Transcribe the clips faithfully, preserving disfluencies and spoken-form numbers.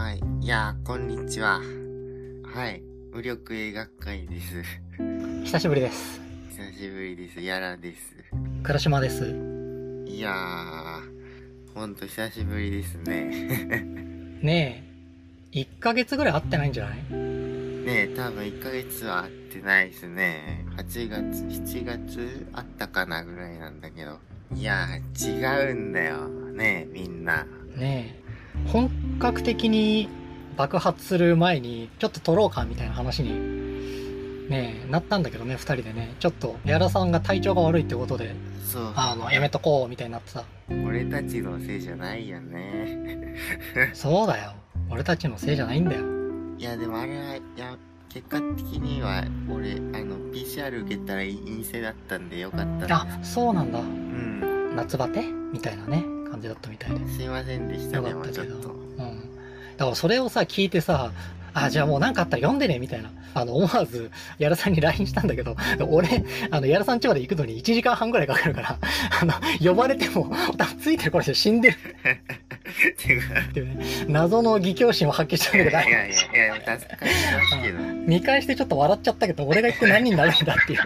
はい。いやー、こんにちは。はい。無力映画会です。 久しぶりです。 久しぶりです。やらです。 倉島です。 いやー、ほんと久しぶりですね。 ねえ、いっかげつぐらい会ってないんじゃない？ ねえ、多分いっかげつは会ってないですね。はちがつ、しちがつあったかなぐらいなんだけど。いやー、違うんだよ。ねえ、みんな。 ねえ、本格的に爆発する前にちょっと撮ろうかみたいな話にねえなったんだけどね、ふたりでね、ちょっと矢田さんが体調が悪いってことで、 そう。 あのやめとこうみたいになってさ。 俺たちのせいじゃないよね。 そうだよ、俺たちのせいじゃないんだよ。 いやでもあれは、いや結果的には俺あの ピーシーアール 受けたら陰性だったんでよかったんです。 あ、そうなんだ。 うん。 夏バテみたいなね感じだったみたいで。 すいませんでしたね。 よかったけど、 ちょっと。 うん。だからそれをさ聞いてさ、あ、じゃあもうなんかあったら読んでねみたいな、あの思わず矢田さんに ライン したんだけど、俺あの矢田さん家まで行くのにいちじかんはんぐらいかかるから、あの呼ばれても多分ついてる頃じゃ死んでるっていうね、謎の義兄心を発揮したんだけど、 いやいやいやいや、助かりますけど。 見返してちょっと笑っちゃったけど、俺が言って何になるんだっていう。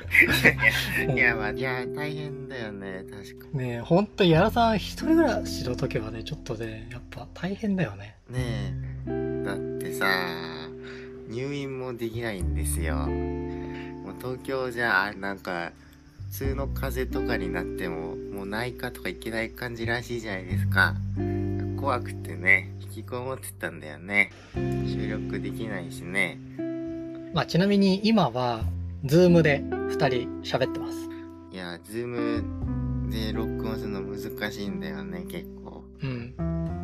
いや、まあ、いや、大変だよね、確かねえ、ほんと矢田さん一人暮らしの時はね、ちょっとね、やっぱ大変だよね。 ねえ、だってさ、入院もできないんですよ。もう東京じゃ、なんか、普通の風邪とかになっても、もう内科とか行けない感じらしいじゃないですか。怖くてね、引きこもってたんだよね。収録できないしね。 まあちなみに今は、ズームでふたり喋ってます。 いや、ズームで録音するの難しいんだよね、結構。 うん。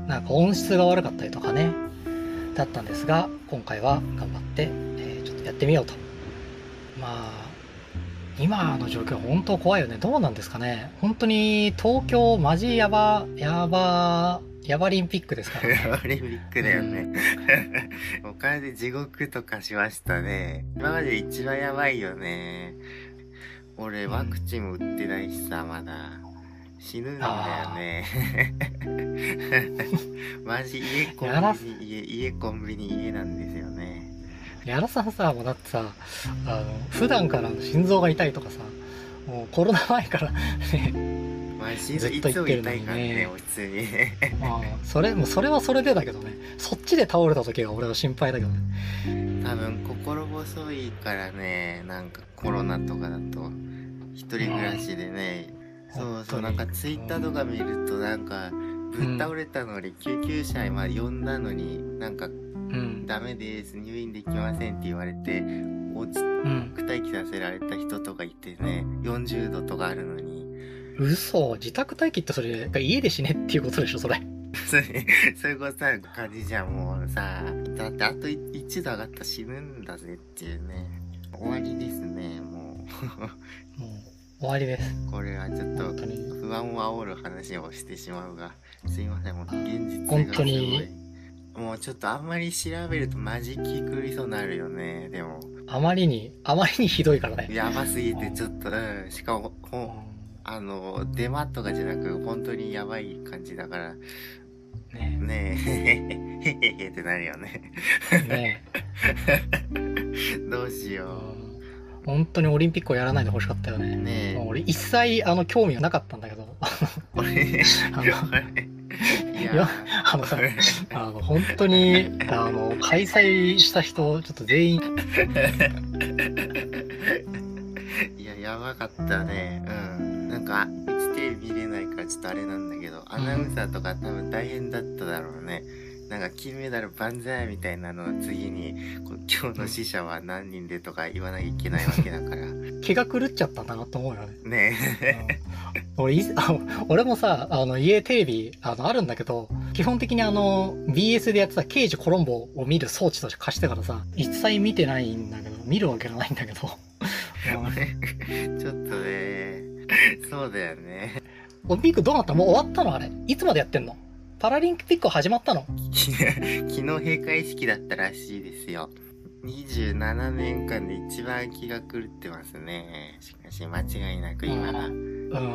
なんか音質が悪かったりとかね、だったんですが、今回は頑張って、えー、ちょっとやってみようと。まあ、今の状況は本当怖いよね。どうなんですかね。本当に東京マジヤバ、ヤバ、ヤバリンピックですからね。 ヤバリンピックだよね。お金で地獄とかしましたね。今まで一番やばいよね。俺ワクチンも打ってないしさ、まだ。死ぬんだよね。マジ家コンビニ、家、家コンビニ家なんですよね。 矢田さんさ、もうだってさ、あの、普段から心臓が痛いとかさ、もうコロナ前からね、 まあ、心臓いつも痛いからね、普通に。 ああ、それ、もうそれはそれでだけどね、そっちで倒れた時が俺は心配だけどね。 多分心細いからね、なんかコロナとかだと、一人暮らしでね、そうそう、なんかツイッターとか見るとなんか、ぶっ倒れたのに救急車今呼んだのに、なんか、うん、ダメです、入院できませんって言われて、お自宅待機させられた人とかいてね、よんじゅうどとかあるのに。 嘘、自宅待機ってそれ、家で死ねっていうことでしょ、それ。 それ、そういうことな感じじゃん、もうさ。だってあといちど上がったら死ぬんだぜっていうね。終わりですね、もう。もう終わりです。 これはちょっと不安を煽る話をしてしまうが、すいません、もう現実がすごい。 本当に。 もうちょっとあんまり調べるとマジ気狂いそうになるよね、でも。 あまりに、あまりにひどいからね。 やばすぎてちょっと、うん、しかも、ほあの、デマとかじゃなく、本当にやばい感じだから、ねえ、ねえ、へへへってなるよね。ねえ。どうしよう。 本当にオリンピックをやらないでほしかったよね。ねえ。俺一切あの興味がなかったんだけど。俺、あの、いや、あのさ、あの、本当に、あの、開催した人、ちょっと全員。 いや、やばかったね。うん。なんか、うちテレビ見れないからちょっとあれなんだけど、アナウンサーとか多分大変だっただろうね。なんか、金メダル万歳みたいなのを次に、今日の死者は何人でとか言わなきゃいけないわけだから。気が狂っちゃったんだなと思うよね。 ねえ。 俺、あ俺もさ、あの、家テレビ、あの、あるんだけど、基本的にあの、ビーエス でやってた刑事コロンボを見る装置として貸してからさ、一切見てないんだけど、見るわけがないんだけど。ちょっとね、そうだよね。 オリンピックどうなった？もう終わったのあれ？いつまでやってんの？パラリンピック始まったの？ 昨日閉会式だったらしいですよ。 にじゅうななねんかんで一番気が狂ってますね。しかし間違いなく今が。 うん、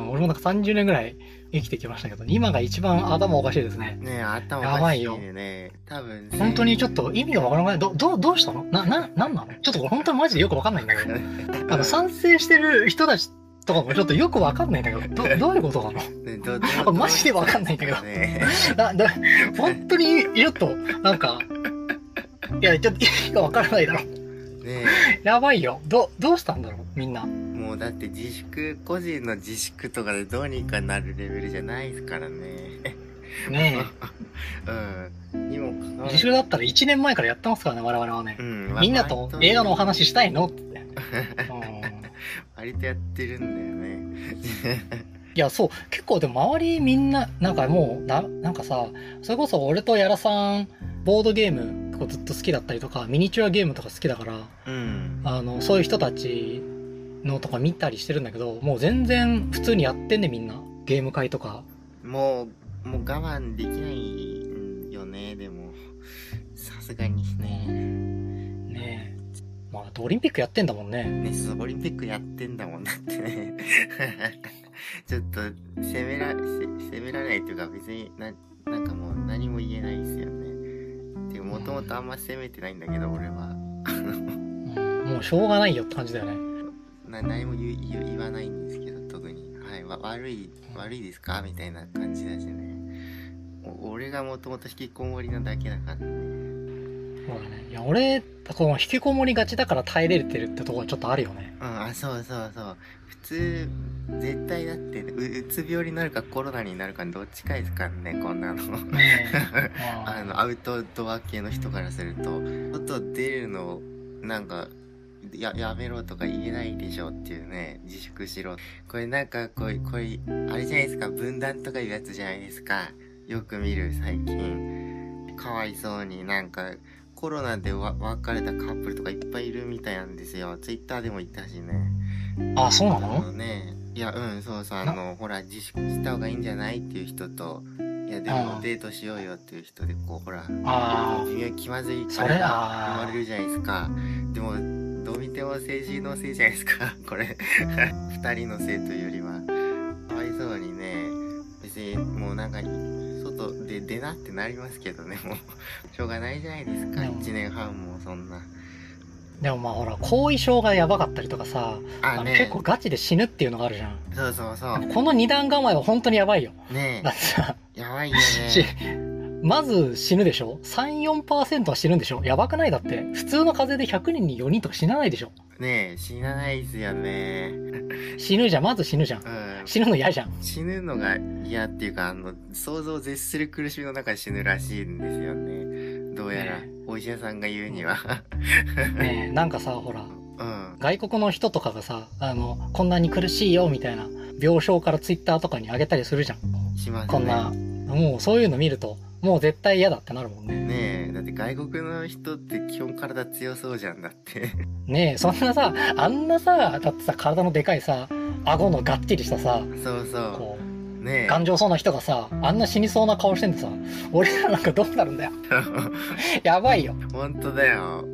俺もなんかさんじゅうねんぐらい生きてきましたけど、今が一番頭おかしいですね。 ねえ、頭おかしいね。多分、 本当にちょっと意味がわからない。ど、どう、どうしたのな、な、なんなのちょっとこれ本当にマジでよくわかんないんだけど。あの、賛成してる人たちとかもちょっとよくわかんないんだけど、ど、どういうことなの、 ね、どどマジでわかんないんだけど。 ね、 な、だ、本当に、ちょっと、なんか、いや、ちょっと意味がわからないだろ。 ねやばいよ。ど、どうしたんだろうみんな。 もうだって自粛、個人の自粛とかでどうにかなるレベルじゃないですからね。 ねうん。にもかかえ。 わらず自粛だったらいちねんまえからやってますからね、我々はね。 うん、 みんなと映画のお話したいのって。うん割とやってるんだよね。 いや、そう。結構でも周りみんな、なんかもう、な、なんかさ、それこそ俺とやらさん、ボードゲームとかずっと好きだったりとか、ミニチュアゲームとか好きだから、 うん。 あの、そういう人たちのとか見たりしてるんだけど、もう全然普通にやってんねみんな。ゲーム会とか。 もう、もう我慢できないよね、でも。さすがにね。 ねえ。まあ、オリンピックやってんだもんね。 ね、そうオリンピックやってんだもんだってね。ちょっと、責めら、せ責められないっていうか別にな、なんかもう何も言えないですよね。てか、もともとあんま責めてないんだけど、俺は。 うんもうしょうがないよって感じだよね。 な何も言う言う言わないんですけど、特に。はい、わ悪い、悪いですかみたいな感じだしね。お俺がもともと引きこもりなだけだからね。 そうだね。いや、俺、この引きこもりがちだから耐えれてるってところはちょっとあるよね。 うん、あ、そうそうそう。普通、絶対だって、う、うつ病になるかコロナになるかどっちかですからね、こんなの。 ねえあの、アウトドア系の人からすると、外出るの、なんか、や、やめろとか言えないでしょっていうね、自粛しろ。これなんか、これ、これ、あれじゃないですか、分断とかいうやつじゃないですか。よく見る、最近。かわいそうになんか、コロナでわ別れたカップルとかいっぱいいるみたいなんですよ。ツイッターでも言ったしね。 あ、そうなあののね、いや、うん、そうそう、あの、ほら、自粛した方がいいんじゃないっていう人と、いや、でもうんデートしようよっていう人で、こう、ほら、 あ微妙に気まずいそれから言あわれるじゃないですか。でも、どう見ても政治のせいじゃないですか、これ。二人のせいというよりは。かわいそうにね、別に、もうなんか、外で出なってなりますけどね、もう、しょうがないじゃないですか、 うん一年半もそんな。 でもまあほら、後遺症がやばかったりとかさ、あのあね結構ガチで死ぬっていうのがあるじゃん。 そうそうそう。 この二段構えは本当にやばいよ。 ねだってさ、 え、やばいよしね。 まず死ぬでしょ ?さん、よんパーセント は死ぬんでしょやばくないだって。普通の風邪でひゃくにんによにんとか死なないでしょねえ、死なないですよね。 死ぬじゃん。まず死ぬじゃん。 うん。 死ぬの嫌じゃん。 死ぬのが嫌っていうか、あの、想像を絶する苦しみの中で死ぬらしいんですよね。どうやら、 ねお医者さんが言うには。 ねえ、なんかさ、ほら、 うん。 外国の人とかがさ、あの、こんなに苦しいよみたいな、病床からツイッターとかに上げたりするじゃん。 しますね。 こんな、もうそういうの見ると、もう絶対嫌だってなるもんね。 ねえ、だって外国の人って基本体強そうじゃんだって。 ねえ、そんなさ、あんなさ、だってさ、体のでかいさ、顎のがっちりしたさ、 そうそこう。 う、 ねえ。 頑丈そうな人がさ、あんな死にそうな顔してんでさ、俺らなんかどうなるんだよ。やばいよ。 ほんとだよ。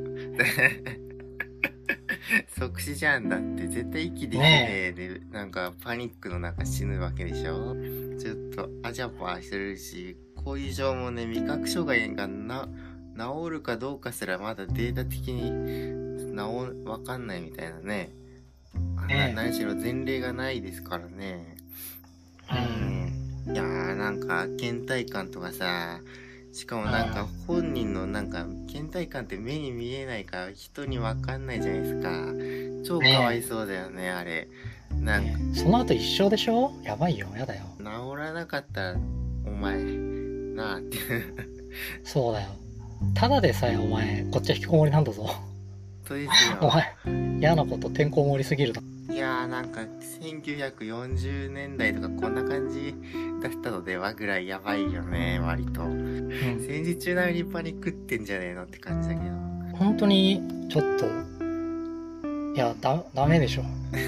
即死じゃんだって絶対息できねえで、なんかパニックの中死ぬわけでしょ。ちょっとアジャパしてるし、後遺症もね、味覚障害がな治るかどうかすらまだデータ的に治わかんないみたいなね。あねえ何しろ前例がないですからね。 うん。 いやーなんか倦怠感とかさ、しかもなんか本人のなんか倦怠感って目に見えないから人にわかんないじゃないですか。超かわいそうだよね、あれ。なんか、 ねその後一生でしょやばいよ。やだよ。 治らなかったらお前なあって。 そうだよ。ただでさえお前、こっちは引きこもりなんだぞ。 とですおよ。 前、嫌なことてんこ盛りすぎると。 いやーなんかせんきゅうひゃくよんじゅうねんだいとかこんな感じだったのではぐらいやばいよね、割と。 うん。 戦時中なのにパニックってんじゃねえのって感じだけど。 本当に、ちょっと、いや、だ、ダメでしょ。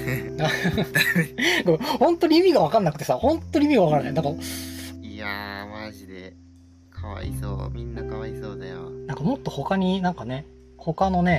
ごめん本当に意味がわかんなくてさ、本当に意味がわからない。なんか、 いやーマジでかわいそう。みんなかわいそうだよ。 なんかもっと他になんかね、他のね、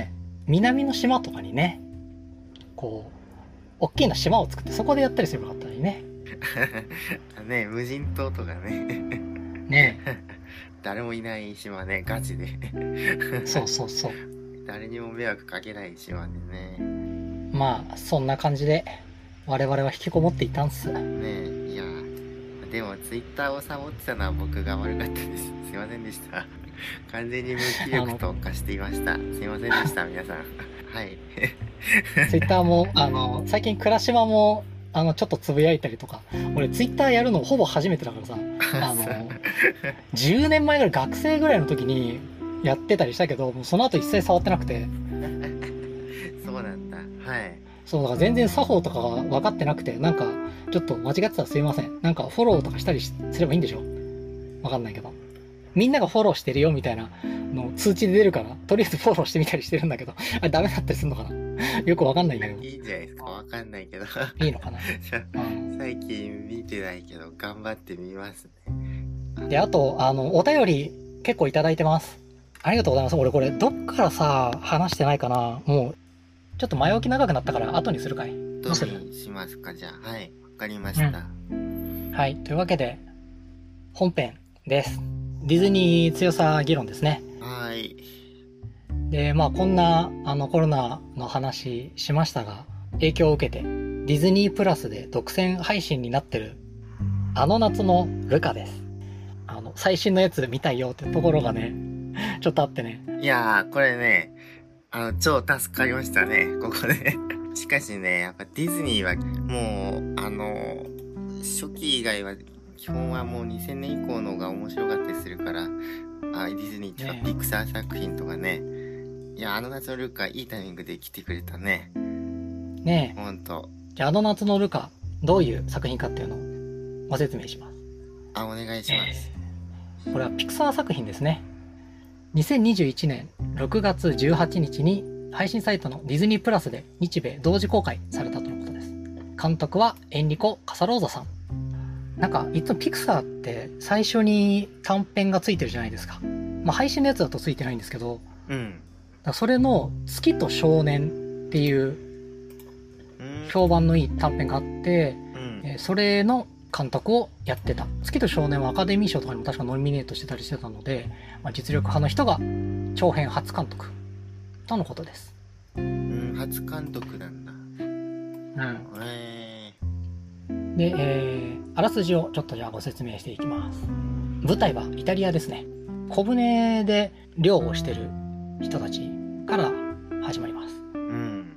南の島とかにね、こう、大きな島を作ってそこでやったりすればよかったのにね。 ね、無人島とかね。 ね誰もいない島ね、ガチで。 そうそうそう。 誰にも迷惑かけない島でね。 まあ、そんな感じで、我々は引きこもっていたんす。 ねえ、いや、でもツイッターをサボってたのは僕が悪かったです。すいませんでした。完全に無気力と化していました。すいませんでした、皆さん。はい。 ツイッターも、あの、最近倉島も、あの、ちょっとつぶやいたりとか、俺ツイッターやるのほぼ初めてだからさ、あの、じゅうねんまえぐらい学生ぐらいの時にやってたりしたけど、もうその後一切触ってなくて。 そうなんだ。はい。 そう、だから全然作法とかが分かってなくて、なんか、ちょっと間違ってたらすいません。なんかフォローとかしたりすればいいんでしょ？わかんないけど。みんながフォローしてるよみたいなの通知で出るから、とりあえずフォローしてみたりしてるんだけど、あれダメだったりすんのかな？よくわかんないんだけど。 いいんじゃないですか、わかんないけど。 いいのかな、 うん、最近見てないけど、頑張ってみますね。で、あと、あの、お便り結構いただいてます。ありがとうございます。俺これ、どっからさ、話してないかな？もう、ちょっと前置き長くなったから後にするかい？ どうする？しますか、じゃあ。はい。わかりました、 うん。はい。というわけで、本編です。ディズニー強さ議論ですね。 はい。 で、まあこんなあのコロナの話しましたが、影響を受けてディズニープラスで独占配信になってるあの夏のルカです。あの最新のやつ見たいよってところがね、ちょっとあってね。 いやー、これね、あの超助かりましたね、ここで。しかしね、やっぱディズニーはもうあの初期以外は基本はもうにせんねん以降の方が面白かったりするから、あディズニーとかピクサー作品とかね、いや、あの夏のルカいいタイミングで来てくれたね。 ねえ。 ほんと。 じゃああの夏のルカ、どういう作品かっていうのをご説明します。 あ、お願いします。 えー、これはピクサー作品ですね。にせんにじゅういちねんろくがつじゅうはちにちに配信サイトのディズニープラスで日米同時公開されたとのことです。監督はエンリコ・カサローザさん。なんかいつもピクサーって最初に短編がついてるじゃないですか。まあ配信のやつだとついてないんですけど、 うん。 それの月と少年っていう評判のいい短編があって、うん、それの監督をやってた。月と少年はアカデミー賞とかにも確かノミネートしてたりしてたので、まあ、実力派の人が長編初監督とのことです。 うん、初監督なんだ。うん。 えー、で、えー、あらすじをちょっとじゃあご説明していきます。舞台はイタリアですね。小舟で漁をしてる人たちから始まります。うん、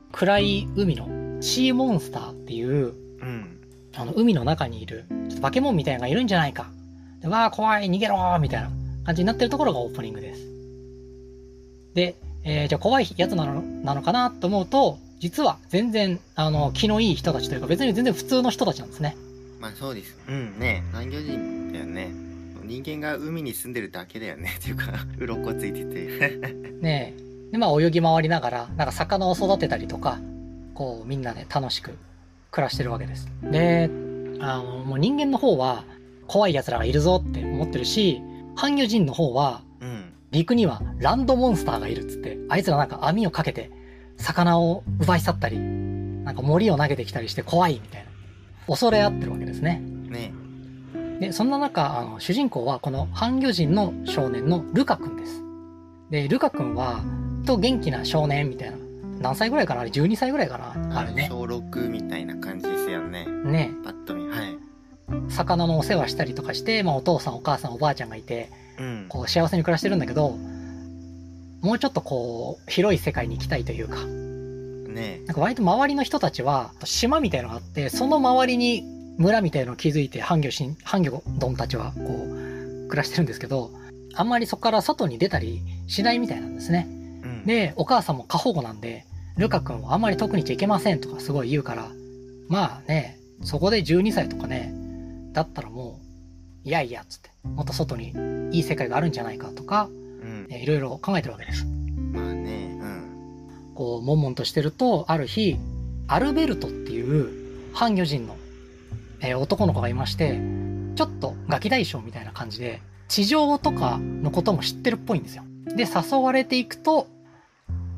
暗い海のシーモンスターっていう、うん、あの海の中にいるちょっと化け物みたいなのがいるんじゃないか。でわー怖い逃げろーみたいな感じになってるところがオープニングです。で、えー、じゃあ怖いやつなのなのかなと思うと、実は全然あの気のいい人たちというか別に全然普通の人たちなんですね。 まあそうです。うんね、南魚人だよね。人間が海に住んでるだけだよねっていうか鱗ついててねえ。でまあ泳ぎ回りながらなんか魚を育てたりとか、こうみんなで楽しく暮らしてるわけです。で、あのもう人間の方は怖い奴らがいるぞって思ってるし、半魚人の方は、うん、陸にはランドモンスターがいるっつって、あいつらなんか網をかけて魚を奪い去ったり、なんか森を投げてきたりして怖いみたいな恐れ合ってるわけですね。ね。で、そんな中、あの主人公はこの半魚人の少年のルカ君です。で、ルカ君はと元気な少年みたいな。何歳ぐらいかなあれじゅうにさいぐらいかなあれね。 小ろくみたいな感じですよね。 ね。 パッと見、はい。 魚のお世話したりとかして、まあお父さんお母さんおばあちゃんがいて、うん、こう幸せに暮らしてるんだけど、もうちょっとこう広い世界に行きたいというか。ね。なんか割と周りの人たちは島みたいのがあって、その周りに村みたいのを築いて半魚し半魚どんたちはこう暮らしてるんですけど、あんまりそこから外に出たりしないみたいなんですね。うん、で、お母さんも過保護なんで、ルカ君はあんまり遠くに行っちゃいけませんとかすごい言うから、まあね、そこでじゅうにさいとかね、だったらもう、いやいやっつって、もっと外にいい世界があるんじゃないかとか、うん、いろいろ考えてるわけです。 まあね、うん。 こう、悶々としてると、ある日、アルベルトっていう半魚人の、えー、男の子がいまして、ちょっとガキ大将みたいな感じで、地上とかのことも知ってるっぽいんですよ。で、誘われていくと、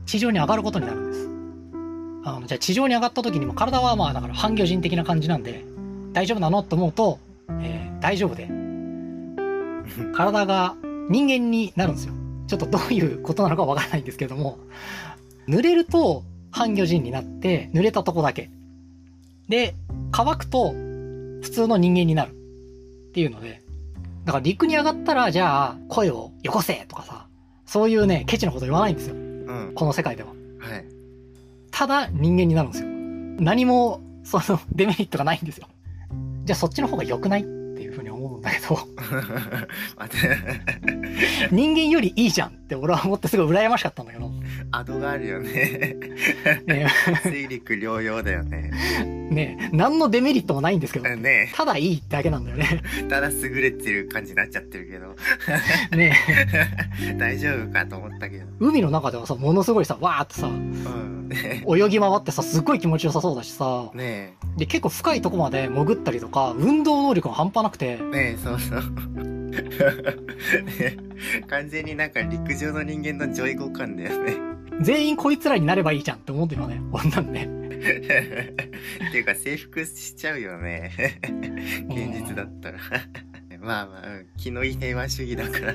地上に上がることになるんです。あのじゃあ地上に上がった時にも体はまあだから半魚人的な感じなんで大丈夫なのと思うと、えー、大丈夫で体が人間になるんですよ。ちょっとどういうことなのかわからないんですけども、濡れると半魚人になって濡れたとこだけで、乾くと普通の人間になるっていうので、だから陸に上がったらじゃあ声をよこせとかさ、そういうねケチなこと言わないんですよ、うん、この世界では。はい。ただ人間になるんですよ。何もそのデメリットがないんですよ。じゃあそっちの方が良くないっていうふうに思うんだけど人間よりいいじゃんって俺は思ってすごい羨ましかったんだけど。 アドがあるよね。ね水陸両用だよね。 ねえ、何のデメリットもないんですけど、 ね、 ただいいだけなんだよね。ただ優れてる感じになっちゃってるけど。ねえ。大丈夫かと思ったけど。 海の中ではさ、ものすごいさ、わーってさ、うんね、泳ぎ回ってさ、すっごい気持ちよさそうだしさ、ねえ、で結構深いとこまで潜ったりとか、運動能力も半端なくて。 ねえ、そうそう。ね、完全になんか陸上の人間のジョイ互換だよね。 全員こいつらになればいいじゃんって思ってるよね、こんなんね。 っていうか征服しちゃうよね。現実だったら。まあまあ、うん、気のいい平和主義だから。うん、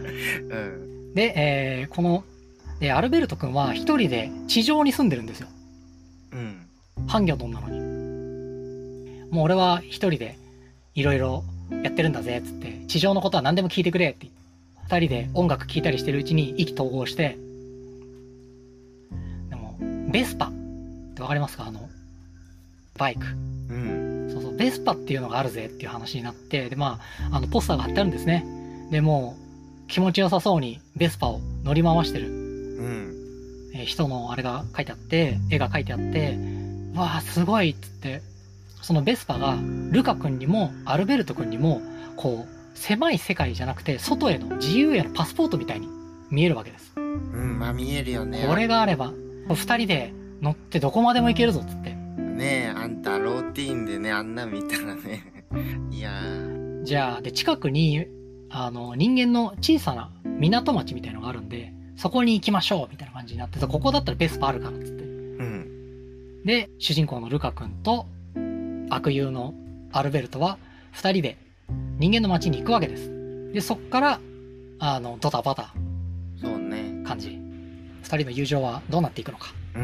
で、えー、この、えー、アルベルト君は一人で地上に住んでるんですよ。うん。半魚丼なのに。もう俺は一人でいろいろやってるんだぜっつって、地上のことは何でも聞いてくれって言って、二人で音楽聴いたりしてるうちに意気投合して、でもベスパってわかりますか？あのバイク、うん、そうそう、ベスパっていうのがあるぜっていう話になって、でまああのポスターが貼ってあるんですね。でもう気持ちよさそうにベスパを乗り回してる、うん、えー、人のあれが書いてあって、絵が書いてあって、わあすごいっつって、そのベスパがルカ君にもアルベルト君にもこう狭い世界じゃなくて外への自由へのパスポートみたいに見えるわけです。 うん、まあ見えるよね。 これがあれば二人で乗ってどこまでも行けるぞっつって。 ねえ、あんたローティーンでね、あんな見たらね。いやー。 じゃあで近くにあの人間の小さな港町みたいのがあるんで、そこに行きましょうみたいな感じになって、ここだったらベスパあるからっつって。うん。で主人公のルカ君と悪友のアルベルトは二人で人間の町に行くわけです。でそっからあのドタバタそうね感じ、二人の友情はどうなっていくのか、 うん、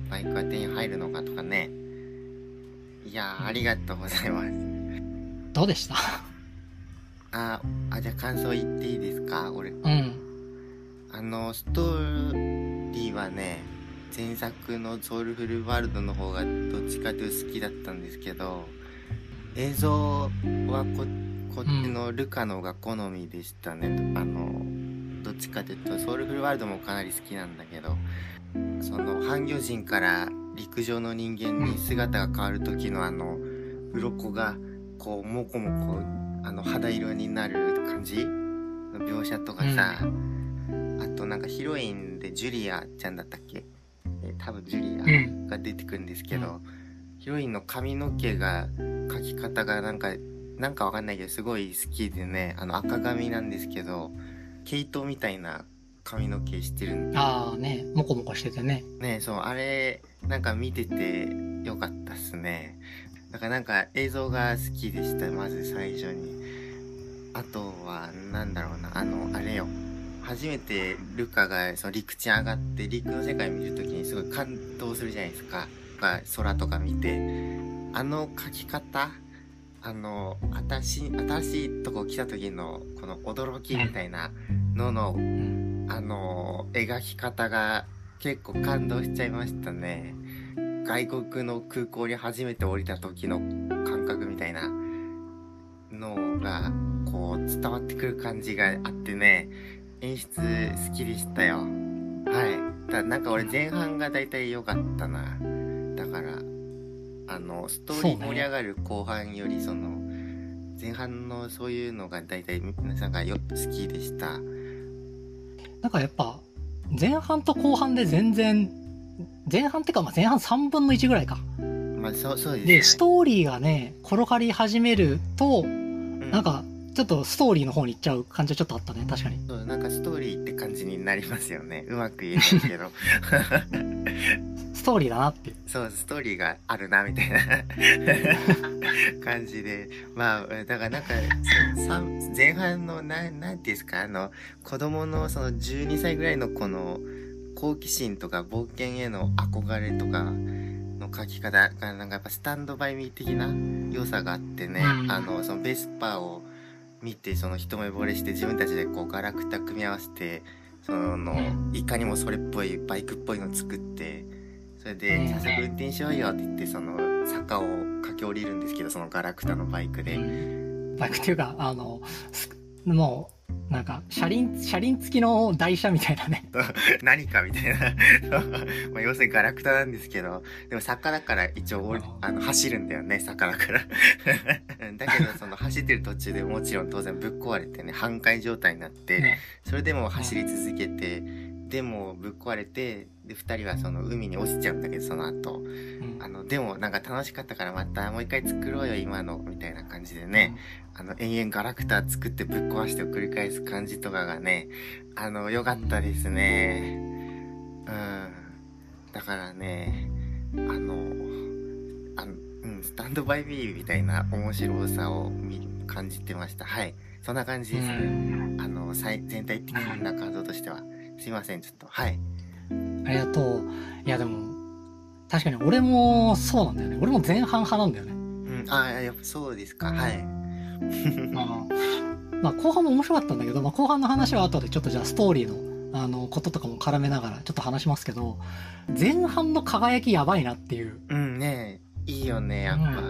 バイクが手に入るのかとかね。いやー、ありがとうございます。 どうでした？ ああ、じゃあ感想言っていいですか？俺、うん、あのストーリーはね、前作のソウルフルワールドの方がどっちかというと好きだったんですけど、映像はここっちのルカの方が好みでしたね、うん、あのどっちかというとソウルフルワールドもかなり好きなんだけど、その半魚人から陸上の人間に姿が変わる時のあの鱗がこうモコモコあの肌色になる感じの描写とかさ、うん、あとなんかヒロインでジュリアちゃんだったっけ、え多分ジュリアが出てくるんですけど、うん、ヒロインの髪の毛が描き方がなんかなんかわかんないけどすごい好きでね、あの赤髪なんですけど毛糸みたいな髪の毛してるんで、 ああね、モコモコしててね、 ね、そう、あれなんか見ててよかったっすね。だからなんか映像が好きでした、まず最初に。あとはなんだろうな、あのあれよ、初めてルカがその陸地上がって陸の世界見るときにすごい感動するじゃないですか。空とか見て、あの描き方、あの新しい新しいとこ来た時のこの驚きみたいなのの、うん、あの描き方が結構感動しちゃいましたね。外国の空港に初めて降りた時の感覚みたいなのがこう伝わってくる感じがあってね、演出好きでしたよ。はい。ただなんか俺前半がだいたい良かったな。だからあのストーリー盛り上がる後半よりその前半のそういうのがだいたい皆さんがよ好きでした。 なんかやっぱ前半と後半で全然、前半ってかまあ前半さんぶんのいちぐらいか。 まあそうそうですね。 でストーリーがね転がり始めると、うん、なんかちょっとストーリーの方に行っちゃう感じはちょっとあったね、確かに。 そう、なんかストーリーって感じになりますよね。うまく言えないけど。 ストーリーだなっていう。 そう、ストーリーがあるな、みたいな感じで。まあ、だからなんか、そうさん前半の、な、なんていうんですか、あの、子供のそのじゅうにさいぐらいの子の好奇心とか冒険への憧れとかの書き方が、なんかやっぱスタンドバイミー的な良さがあってね、 うん、 あの、そのベスパーを見て、その一目惚れして自分たちでこうガラクタ組み合わせて、その、いかにもそれっぽいバイクっぽいの作って、それで、早速運転しようよって言って、その、坂を駆け下りるんですけど、そのガラクタのバイクで。 うん、バイクっていうか、あの、もう、なんか、車輪、車輪付きの台車みたいなね。 何かみたいな。まあ、要するにガラクタなんですけど、でも坂だから一応、あの、走るんだよね、坂だから。だけど、その走ってる途中でもちろん当然ぶっ壊れてね、半壊状態になって、ね、それでも走り続けて、でもぶっ壊れて、で、二人はその海に落ちちゃうんだけど、その後。うん、あの、でもなんか楽しかったからまたもう一回作ろうよ、今の、みたいな感じでね。うん、あの、延々ガラクタ作ってぶっ壊してを繰り返す感じとかがね、あの、良かったですね。うん。だからね、あの、あの、うん、スタンドバイビーみたいな面白さを見感じてました。はい。そんな感じですね。うん、あの、全体的な感想としては。すいません、ちょっと。はい。 ありがとう。いや、でも、確かに俺もそうなんだよね。俺も前半派なんだよね。 うん、ああ、やっぱそうですか。はい。 まあ、まあ、後半も面白かったんだけど、まあ、後半の話は後でちょっとじゃあストーリーの、あの、こととかも絡めながらちょっと話しますけど、前半の輝きやばいなっていう。 うんね、いいよね、やっぱ。うん、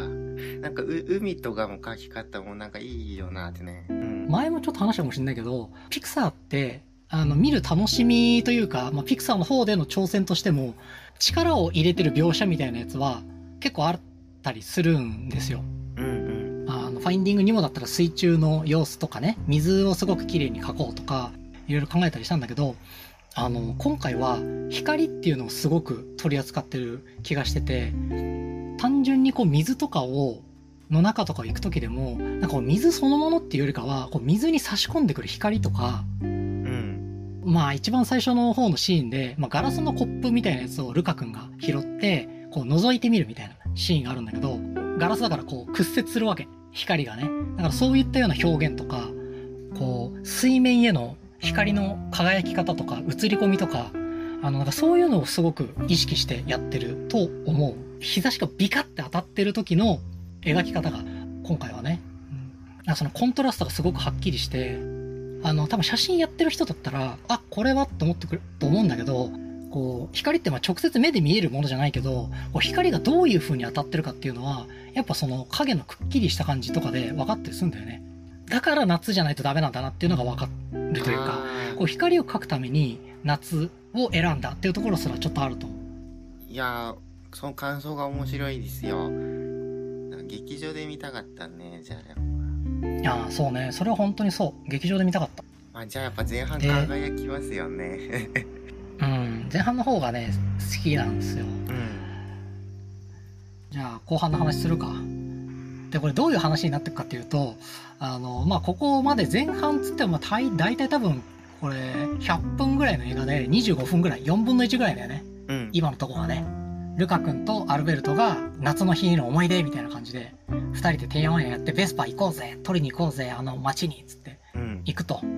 なんかう、海とかも描き方もなんかいいよなってね。うん、 前もちょっと話したかもしれないけど、ピクサーって、あの、見る楽しみというか、まあ、ピクサーの方での挑戦としても、力を入れてる描写みたいなやつは結構あったりするんですよ。 うんうん。 あの、ファインディングにもだったら水中の様子とかね、水をすごく綺麗に描こうとか、いろいろ考えたりしたんだけど、あの、今回は光っていうのをすごく取り扱ってる気がしてて、単純にこう水とかを、の中とか行く時でも、なんかこう水そのものっていうよりかは、こう水に差し込んでくる光とか、まあ一番最初の方のシーンで、まあ、ガラスのコップみたいなやつをルカ君が拾って、こう覗いてみるみたいなシーンがあるんだけど、ガラスだからこう屈折するわけ。光がね。だからそういったような表現とか、こう水面への光の輝き方とか映り込みとか、あのなんかそういうのをすごく意識してやってると思う。日差しがビカって当たってる時の描き方が今回はね、うん、そのコントラストがすごくはっきりして、あの、多分写真やってる人だったら、あ、これはって思ってくると思うんだけど、こう、光ってまあ直接目で見えるものじゃないけど、こう光がどういう風に当たってるかっていうのは、やっぱその影のくっきりした感じとかで分かったりするんだよね。だから夏じゃないとダメなんだなっていうのが分かるというか、こう光を描くために夏を選んだっていうところすらちょっとあると思う。 いやー、その感想が面白いですよ。劇場で見たかったね、じゃあ。 いやー、そうね。それは本当にそう。劇場で見たかった。 まあ、じゃあやっぱ前半輝きますよね。 うん、前半の方がね、好きなんですよ。うん。じゃあ、後半の話するか。で、これどういう話になっていくかっていうと、あの、まあ、ここまで前半つっても、だいたい多分、これ、ひゃっぷんぐらいの映画でにじゅうごふんぐらい、よんぶんのいちぐらいだよね。うん。今のとこがね。ルカ君とアルベルトが夏の日の思い出みたいな感じで、二人でてんやわんややってベスパ行こうぜ、取りに行こうぜ、あの街に、つって、行くと、うんうん。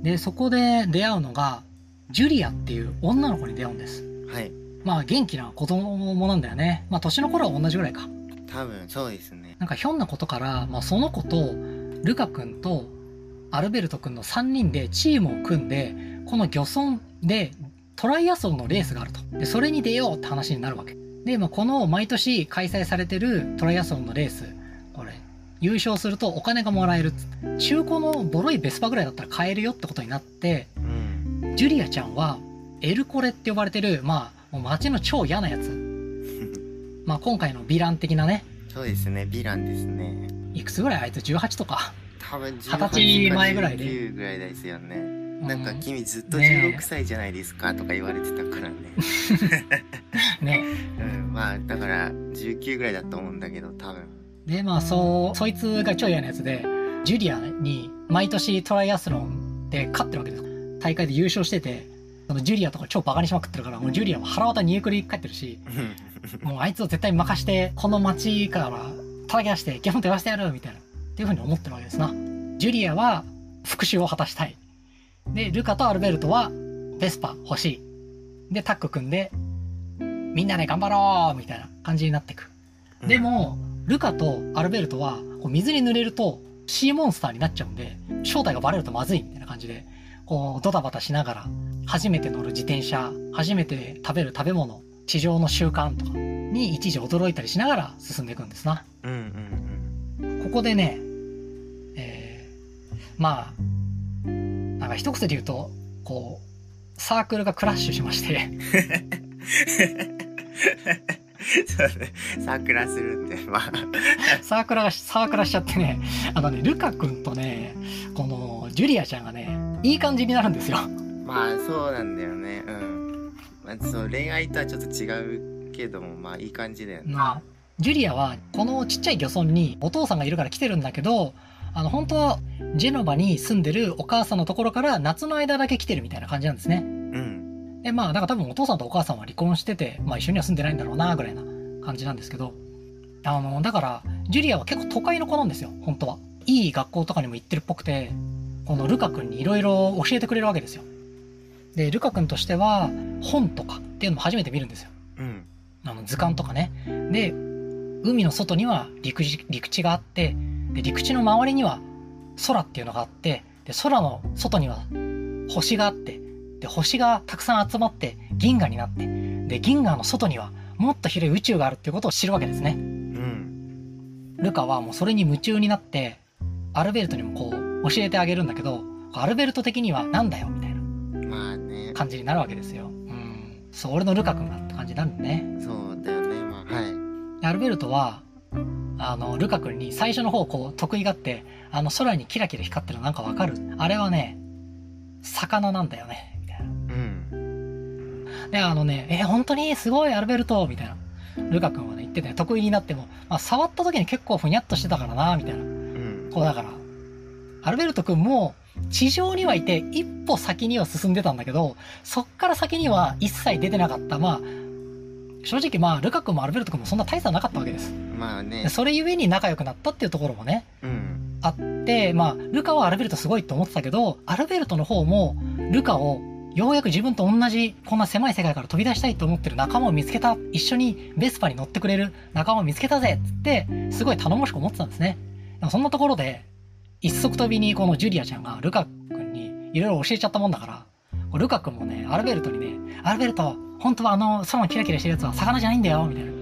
で、そこで出会うのが、ジュリアっていう女の子に出会うんです。 はい。 まあ元気な子供なんだよね。まあ年の頃は同じぐらいか。 多分そうですね。 なんかひょんなことから、まあその子と、ルカ君とアルベルト君のさんにんでチームを組んで、この漁村で、トライアソンのレースがあると。で、それに出ようって話になるわけ。で、まあ、この毎年開催されてるトライアソンのレース、これ、優勝するとお金がもらえる。中古のボロいベスパぐらいだったら買えるよってことになって、うん、ジュリアちゃんは、エルコレって呼ばれてる、まあ、もう街の超嫌なやつ。まあ、今回のヴィラン的なね。 そうですね、ヴィランですね。 いくつぐらいあいつじゅうはちとか。 多分じゅうはちじゅうはちまえぐらいで。 じゅうきゅうぐらいですよね。なんか君ずっとじゅうろくさいじゃないですかとか言われてたからね。ね。うん、まあだからじゅうきゅうぐらいだと思うんだけど多分。 でまあそうそいつが超嫌なやつで、 ジュリアに毎年トライアスロンで勝ってるわけです。大会で優勝してて、そのジュリアとか超バカにしまくってるから、もうジュリアも腹渡煮えくり返ってるし、もうあいつを絶対任して、この街から叩き出して、ギャフンと言わせてやるみたいな、っていう風に思ってるわけですな。ジュリアは復讐を果たしたい。で、ルカとアルベルトはベスパ欲しい。で、タッグ組んで、みんなで頑張ろうみたいな感じになっていく。でも、ルカとアルベルトはこう水に濡れるとシーモンスターになっちゃうんで、正体がバレるとまずいみたいな感じで、こうドタバタしながら、初めて乗る自転車、初めて食べる食べ物、地上の習慣とかに一時驚いたりしながら進んでいくんですな。 うんうんうん。 ここでね、えー、まあ、なんか一口で言うと、こう、サークルがクラッシュしまして。 そうね。サークラするんで、まあ。 サークラが、サークラしちゃってね、あのね、ルカ君とね、この、ジュリアちゃんがね、いい感じになるんですよ。 まあ、そうなんだよね。うん。まあ、そう、恋愛とはちょっと違うけども、まあ、いい感じだよね。 まあ、ジュリアは、このちっちゃい漁村にお父さんがいるから来てるんだけど、あの、本当は、ジェノバに住んでるお母さんのところから夏の間だけ来てるみたいな感じなんですね。 うん。 で、まあ、だから多分お父さんとお母さんは離婚してて、まあ一緒には住んでないんだろうな、ぐらいな感じなんですけど、あの、だから、ジュリアは結構都会の子なんですよ、本当は。いい学校とかにも行ってるっぽくて、このルカ君にいろいろ教えてくれるわけですよ。で、ルカ君としては、本とかっていうのも初めて見るんですよ。 うん。 あの、図鑑とかね。で、海の外には陸地、陸地があって、で、陸地の周りには空っていうのがあって、で、空の外には星があって、で、星がたくさん集まって銀河になって、で、銀河の外にはもっと広い宇宙があるっていうことを知るわけですね。 うん。 ルカはもうそれに夢中になって、アルベルトにもこう教えてあげるんだけど、アルベルト的にはなんだよみたいなまあね。 感じになるわけですよ。うん。そう、俺のルカ君がって感じになるんでね。 そうだよね。まあ、はい。 アルベルトは、あの、ルカ君に最初の方こう得意があって、あの空にキラキラ光ってるのなんかわかる？あれはね、魚なんだよね。みたいな。 うん。 で、あのね、え、本当にすごいアルベルトみたいな。ルカ君はね、言ってて、得意になっても、まあ、触った時に結構ふにゃっとしてたからな、みたいな。 うん。 こうだから、アルベルト君も、地上にはいて、一歩先には進んでたんだけど、そっから先には一切出てなかった。まあ、正直まあ、ルカ君もアルベルト君もそんな大差なかったわけです。 まあね。 それゆえに仲良くなったっていうところもね、 うん。 あって、まあ、ルカはアルベルトすごいと思ってたけど、アルベルトの方も、ルカを、ようやく自分と同じ、こんな狭い世界から飛び出したいと思ってる仲間を見つけた。一緒にベスパに乗ってくれる仲間を見つけたぜっつって、すごい頼もしく思ってたんですね。でもそんなところで、一足飛びにこのジュリアちゃんがルカ君にいろいろ教えちゃったもんだから、ルカ君もね、アルベルトにね、アルベルト、本当はあの空のキラキラしてるやつは魚じゃないんだよ、みたいな。 うん。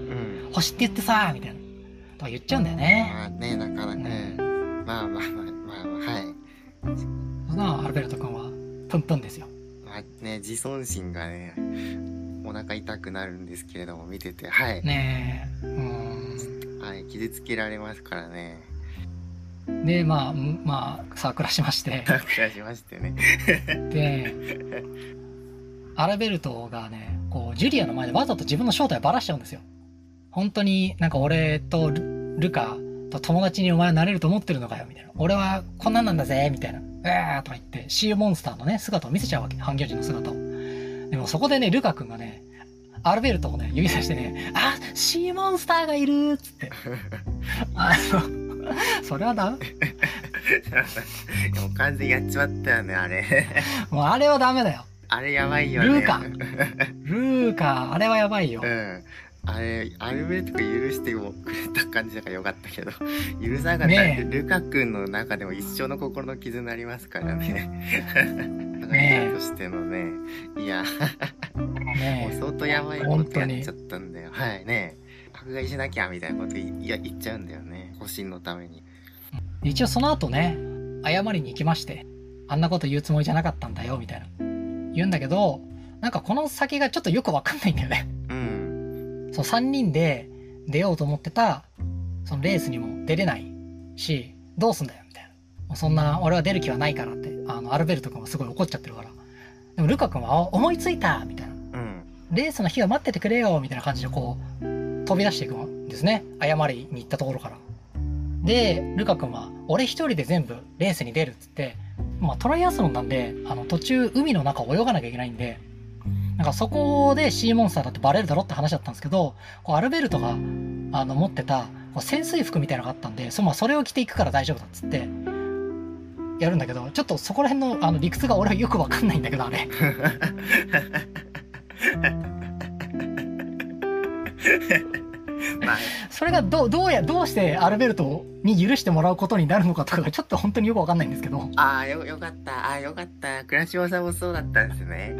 星って言ってさ、みたいな。とか言っちゃうんだよね。 まあね、なかなかね。 うん、 まあまあまあまあまあ、はい。 そんなアルベルト君は、プンプンですよ。 まあね、自尊心がね、お腹痛くなるんですけれども、見てて、はい。 ねえ、うーん。 はい、傷つけられますからね。 で、まあ、まあ、サークラしまして。 サークラしましてね。 で、アルベルトがね、こう、ジュリアの前でわざと自分の正体をバラしちゃうんですよ。本当になんか俺とル、ルカと友達にお前はなれると思ってるのかよ、みたいな。俺はこんなんなんだぜ、みたいな。えーとか言って、シーモンスターのね、姿を見せちゃうわけ。半魚人の姿を。でもそこでね、ルカ君がね、アルベルトをね、指さしてね、あ、シーモンスターがいるーっつって。あの、それはダメもう完全にやっちまったよね、あれ。 もうあれはダメだよ。 あれやばいよね。 ルーカ。ルーカ、あれはやばいよ。 うん。あれ、アルベルトが許してもくれた感じだからよかったけど、許さなかったら、ね、ルカ君の中でも一生の心の傷になりますからね。ねとしてのね、いや、ねもう相当やばいことやっちゃったんだよ。はいね。迫害しなきゃみたいなこといや言っちゃうんだよね。保身のために。 一応その後ね、謝りに行きまして、あんなこと言うつもりじゃなかったんだよ、みたいな。言うんだけど、なんかこの先がちょっとよくわかんないんだよね。 うん。 そう、さんにんで出ようと思ってた、そのレースにも出れないし、どうすんだよ、みたいな。そんな、俺は出る気はないからって、あの、アルベルト君はすごい怒っちゃってるから。でもルカ君は、思いついたみたいな。 うん。 レースの日は待っててくれよみたいな感じでこう、飛び出していくんですね。謝りに行ったところから。 で、ルカ君は、俺一人で全部レースに出るっつって、まあトライアスロンなんで、あの途中海の中を泳がなきゃいけないんで、なんかそこでシーモンスターだってバレるだろって話だったんですけど、こうアルベルトがあの持ってたこう潜水服みたいなのがあったんで、そ, まあ、それを着ていくから大丈夫だっつってやるんだけど、ちょっとそこら辺のあの理屈が俺はよくわかんないんだけど、あれまあ、 それがどどうやどうしてアルベルトに許してもらうことになるのかとかがちょっと本当によくわかんないんですけど。 ああ、よよかったああよかった、倉島さんもそうだったんですね。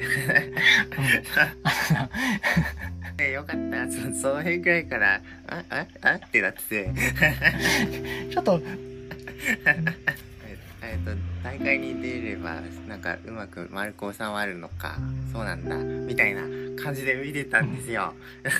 えよかった、そその辺くらいからあああってなっててちょっとえっと大会に出ればなんかうまく丸く収まるのか、そうなんだみたいな感じで見てたんですよ。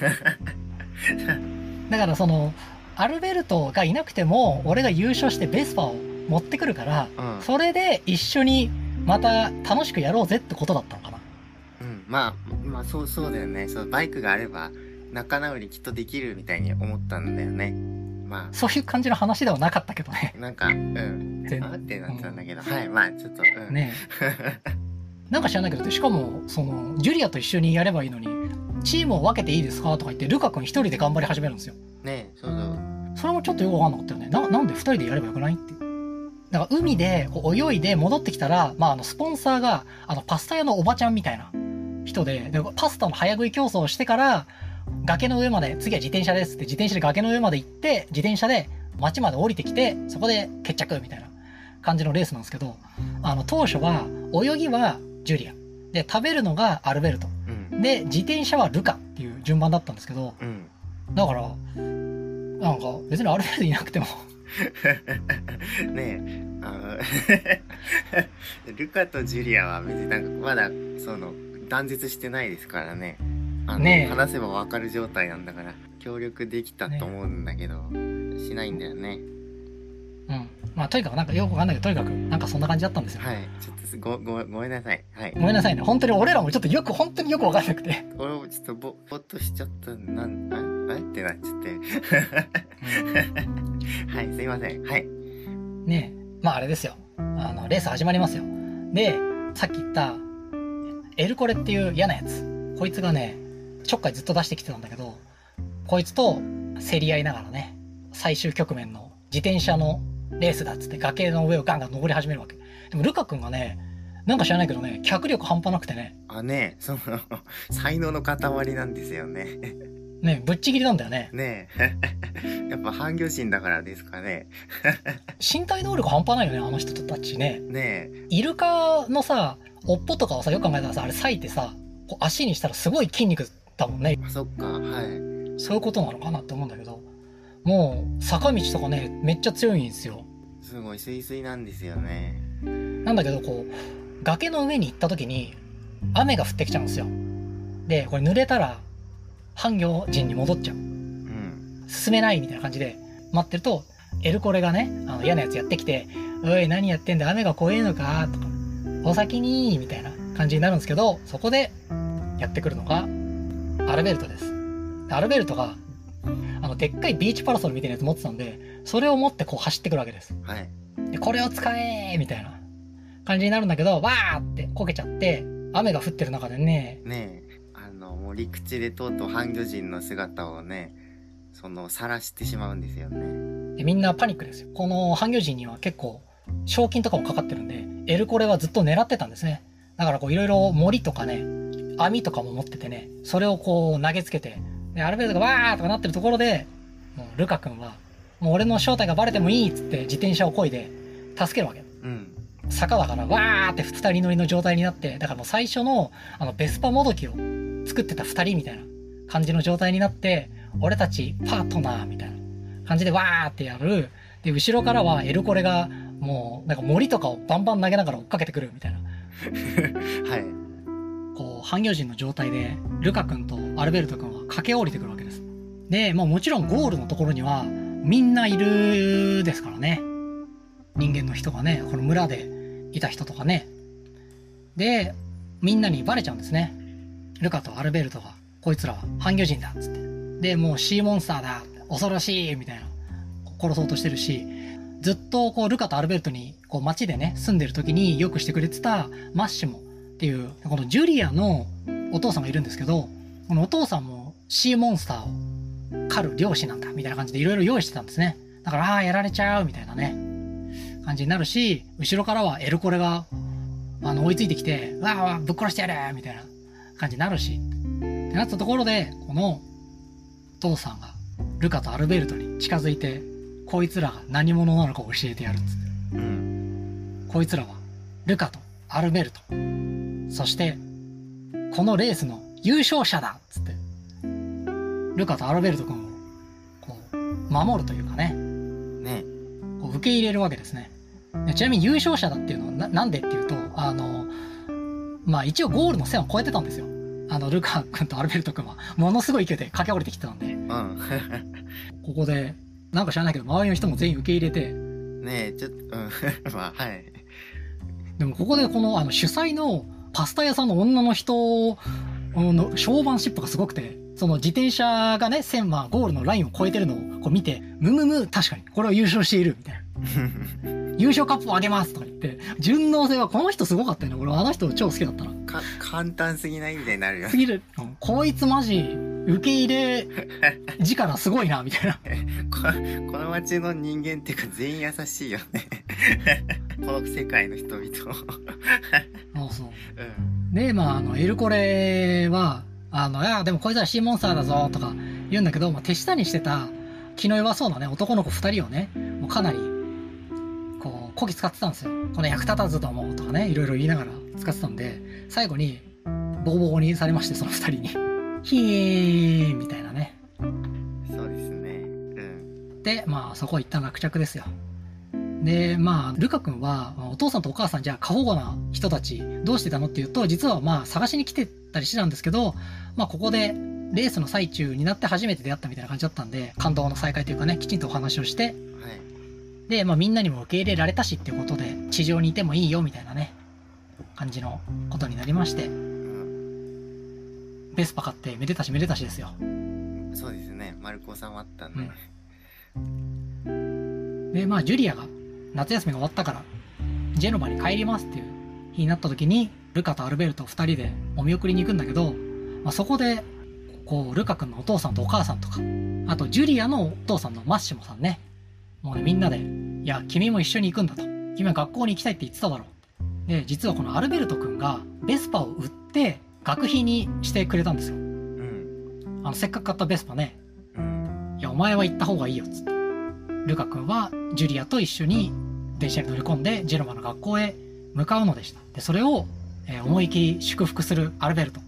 だからそのアルベルトがいなくても俺が優勝してベスパを持ってくるから、 うん、 それで一緒にまた楽しくやろうぜってことだったのかな。 うん、まあまあそうそうだよね。そうバイクがあれば仲直りきっとできるみたいに思ったんだよね。まあそういう感じの話ではなかったけどね。 なんかうんあってなったんだけど、うん、はいまあちょっと、うん、 ねえなんか知らないけど、しかもそのジュリアと一緒にやればいいのにチームを分けていいですかとか言ってルカ君一人で頑張り始めるんですよ。 ねえそうそう。 それもちょっとよく分かんなかったよね。ななんでふたりでやればよくないって。だから海でこう泳いで戻ってきたら、まあ、あのスポンサーがあのパスタ屋のおばちゃんみたいな人で、でパスタの早食い競争をしてから崖の上まで、次は自転車ですって自転車で崖の上まで行って自転車で街まで降りてきてそこで決着みたいな感じのレースなんですけど、あの当初は泳ぎはジュリアで食べるのがアルベルト、うん、で自転車はルカっていう順番だったんですけど、うん、だからなんか別にアルベルトいなくてもねえあのルカとジュリアは別になんかまだその断絶してないですからね。あのね話せば分かる状態なんだから協力できたと思うんだけど、ね、しないんだよね。 うんまあとにかくなんかよくわかんないけど、とにかくなんかそんな感じだったんですよ。 はいちょっとごごごめんなさい。はいごめんなさいね。本当に俺らもちょっとよく本当によくわかんなくて俺もちょっとぼぼっとしちゃったなんああってなっちゃってはいすいません。はいねえまああれですよ、あのレース始まりますよ。でさっき言ったエルコレっていう嫌なやつ、こいつがねちょっかいずっと出してきてたんだけど、こいつと競り合いながらね最終局面の自転車のレースだっつって崖の上をガンガン登り始めるわけ。でもルカ君がねなんか知らないけどね脚力半端なくてね、 あねその才能の塊なんですよねねぶっちぎりなんだよね。 ねえやっぱ半魚人だからですかね身体能力半端ないよねあの人たちね。 ねえイルカのさ尾っぽとかをさよく考えたらさあれ裂いてさこう足にしたらすごい筋肉だもんね。 あそっかはいそういうことなのかなって思うんだけど、もう坂道とかねめっちゃ強いんですよ。 すごいスイスイなんですよね。 なんだけどこう崖の上に行った時に雨が降ってきちゃうんですよ。でこれ濡れたら半魚人に戻っちゃう、うん、進めないみたいな感じで待ってるとエルコレがねあの嫌なやつやってきて「おい何やってんだ雨が怖えのか」とか「お先に」みたいな感じになるんですけど、そこでやってくるのがアルベルトです。アルベルトがあのでっかいビーチパラソルみたいなやつ持ってたんで、それを持ってこう走ってくるわけです、はい、でこれを使えみたいな感じになるんだけど、わーってこけちゃって雨が降ってる中でねねえあのもう陸地でとうとう半魚人の姿をねその晒してしまうんですよね。 でみんなパニックですよ。この半魚人には結構賞金とかもかかってるんでエルコレはずっと狙ってたんですね。だからこういろいろ森とかね網とかも持っててね、それをこう投げつけて、でアルベルトがわーとかなってるところでもうルカ君はもう俺の正体がバレてもいいっつって自転車を漕いで助けるわけ、うん、坂だからわーって二人乗りの状態になって、だからもう最初のあのベスパもどきを作ってた二人みたいな感じの状態になって、俺たちパートナーみたいな感じでわーってやる。で後ろからはエルコレがもうなんか森とかをバンバン投げながら追っかけてくるみたいなはいこう半魚人の状態でルカ君とアルベルト君は駆け下りてくるわけです。で、まあ、もちろんゴールのところにはみんないるですからね、人間の人がね、この村でいた人とかね。でみんなにバレちゃうんですね。ルカとアルベルトがこいつらは半魚人だっつって、でもうシーモンスターだ恐ろしいみたいな殺そうとしてるし、ずっとこうルカとアルベルトにこう街でね住んでる時によくしてくれてたマッシモっていうこのジュリアのお父さんがいるんですけど、このお父さんもシーモンスターを狩る漁師なんだみたいな感じでいろいろ用意してたんですね。だからああやられちゃうみたいなね感じになるし、後ろからはエルコレがあの追いついてきてわあわあぶっ殺してやれみたいな感じになるしってなったところで、このお父さんがルカとアルベルトに近づいて、こいつらが何者なのか教えてやるっつって、 うん、 こいつらはルカとアルベルト、そしてこのレースの優勝者だっつってルカとアルベルト君をこう守るというかね、 ね、 こう受け入れるわけですね。ちなみに優勝者だっていうのは な, なんでっていうと、あのまあ一応ゴールの線を越えてたんですよ。あのルカ君とアルベルト君はものすごい勢いで駆け下りてきてたんで、うん、ここでなんか知らないけど周りの人も全員受け入れてねえちょっと、うん、まあはい。 でもここでこのあの主催のパスタ屋さんの女の人のショーマンシップがすごくて、その自転車がね線はゴールのラインを越えてるのをこう見て、ムムム確かにこれは優勝しているみたいな優勝カップをあげますとか言って、順応性はこの人すごかったよね。俺はあの人超好きだったな。 か簡単すぎないみたいになるよ。 すぎる、うん、こいつマジ受け入れ力すごいなみたいなこ, この街の人間っていうか全員優しいよねこの世界の人々そうそう、うん、でまああのエルコレはあのいやでもこいつはシーモンスターだぞとか言うんだけど、まあ、手下にしてた気の弱そうなね男の子ふたりをねもうかなりこうこき使ってたんですよ。この役立たずどもとかねいろいろ言いながら使ってたんで、最後にボコボコにされまして、そのふたりにヒーみたいなね。 そうですね。うん。 でまあそこは一旦落着ですよ。でまあルカ君はお父さんとお母さんじゃあ過保護な人たちどうしてたのっていうと、実はまあ探しに来てたりしてたんですけど、まあここでレースの最中になって初めて出会ったみたいな感じだったんで、感動の再会というかね、きちんとお話をして、はい、でまあみんなにも受け入れられたしっていうことで地上にいてもいいよみたいなね感じのことになりまして、うん、ベスパ買ってめでたしめでたしですよ。 そうですね、丸く収まったんで、 うん、でまあジュリアが夏休みが終わったからジェノバに帰りますっていう日になった時に、ルカとアルベルトふたりでお見送りに行くんだけど、まあ、そこでこうルカ君のお父さんとお母さんとか、あとジュリアのお父さんのマッシモさんね、もうねみんなでいや君も一緒に行くんだと、君は学校に行きたいって言ってただろう。で実はこのアルベルト君がベスパを売って学費にしてくれたんですよ、うん、あのせっかく買ったベスパね、うん、いやお前は行った方がいいよっつって、ルカ君はジュリアと一緒に電車に乗り込んでジェノバの学校へ向かうのでした。でそれを、えー、思い切り祝福するアルベルト、うん、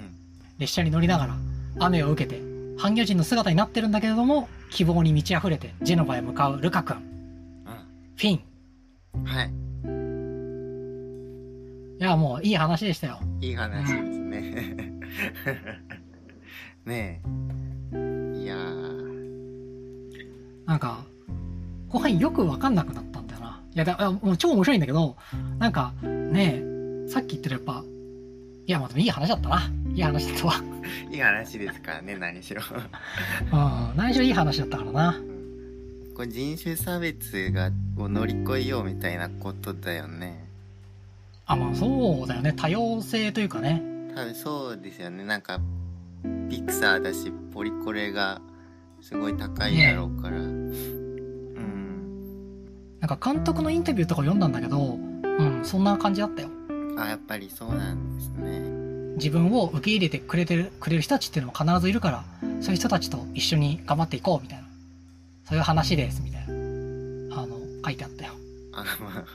列車に乗りながら雨を受けて半魚人の姿になってるんだけれども、希望に満ち溢れてジェノバへ向かうルカ君、うん、フィン、 はい、 いやもういい話でしたよ。 いい話ですねねえ、いやなんか後半よく分かんなくなったんだよな。いやだもう超面白いんだけど、なんかねえさっき言ってるやっぱいやまあでもいい話だったな。いい話だったわいい話ですからね、何しろうん何しろいい話だったからな。 これ人種差別がを乗り越えようみたいなことだよね。 あまあそうだよね、多様性というかね。 多分そうですよね。なんかピクサーだしポリコレがすごい高いだろうから、ね、うんなんか監督のインタビューとか読んだんだけど、うんそんな感じだったよ。 あやっぱりそうなんですね。 自分を受け入れてくれてるくれる人たちっていうのも必ずいるから、そういう人たちと一緒に頑張っていこうみたいな、そういう話ですみたいなあの書いてあったよ。 あまあはい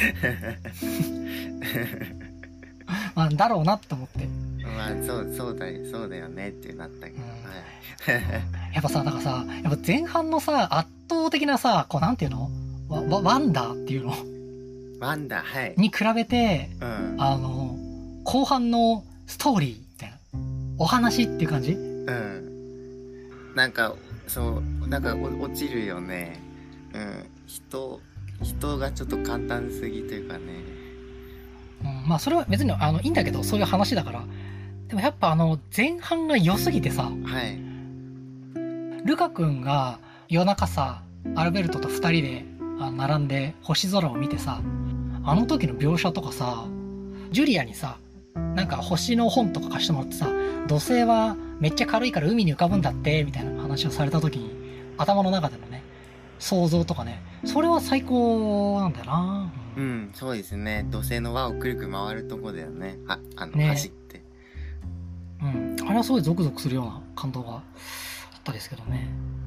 まあだろうなって思って、 まあそうそうだよそうだよねってなったけど、うんはい、やっぱさなんかさやっぱ前半のさ圧倒的なさこうなんていうのワワワンダーっていうのワンダーはいに比べて、うん、あの後半のストーリーみたいなお話っていう感じ。 うんなんかそうなんか落ちるよね。うん人人がちょっと簡単すぎというかね、 うん、まあそれは別にあのいいんだけど、そういう話だから。でもやっぱあの前半が良すぎてさ、はい、ルカ君が夜中さアルベルトと二人であ並んで星空を見てさ、あの時の描写とかさ、ジュリアにさ、なんか星の本とか貸してもらってさ、土星はめっちゃ軽いから海に浮かぶんだってみたいな話をされた時に、頭の中でのね想像とかね、それは最高なんだよな。 うん、そうですね。土星の輪をくるくる回るとこだよね。あ、あの、 ね走って。 うん、あれはすごいゾクゾクするような感動があったですけどね。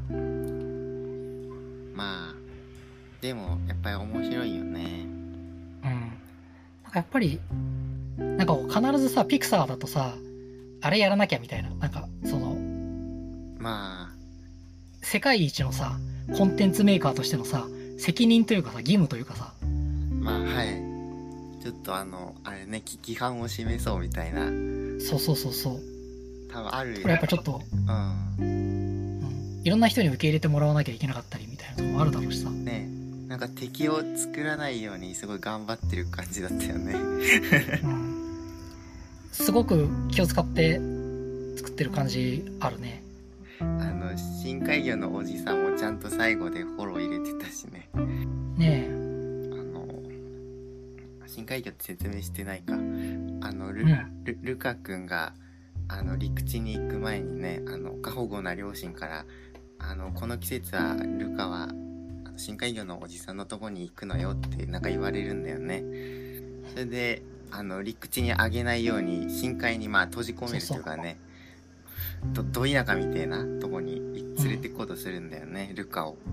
まあ、でもやっぱり面白いよね。 うん。なんかやっぱり、なんかこう必ずさ、ピクサーだとさ、あれやらなきゃみたいな、なんかその、 まあ、 世界一のさ、コンテンツメーカーとしてのさ、責任というかさ、義務というかさ、 まあ、はい。ちょっとあの、あれね、き規範を示そうみたいな。 そうそうそうそう。 多分あるよ。 これやっぱちょっと、 うん。 うん、いろんな人に受け入れてもらわなきゃいけなかったりみたいなとこもあるだろうしさ。 ね、なんか敵を作らないようにすごい頑張ってる感じだったよね。 うん。すごく気を使って作ってる感じあるね。 あの、深海魚のおじさんもちゃんと最後でフォロー入れてたしね。 ねえ。 深海魚って説明してないか。あの ル,、 うん、 ル, ルカ君があの陸地に行く前にね、あの過保護な両親からあのこの季節はルカはあの深海魚のおじさんのとこに行くのよってなんか言われるんだよね。それであの陸地にあげないように深海にまあ閉じ込めるというかね、どど田舎みたいなとこに連れて行こうとするんだよね、うん、ルカを。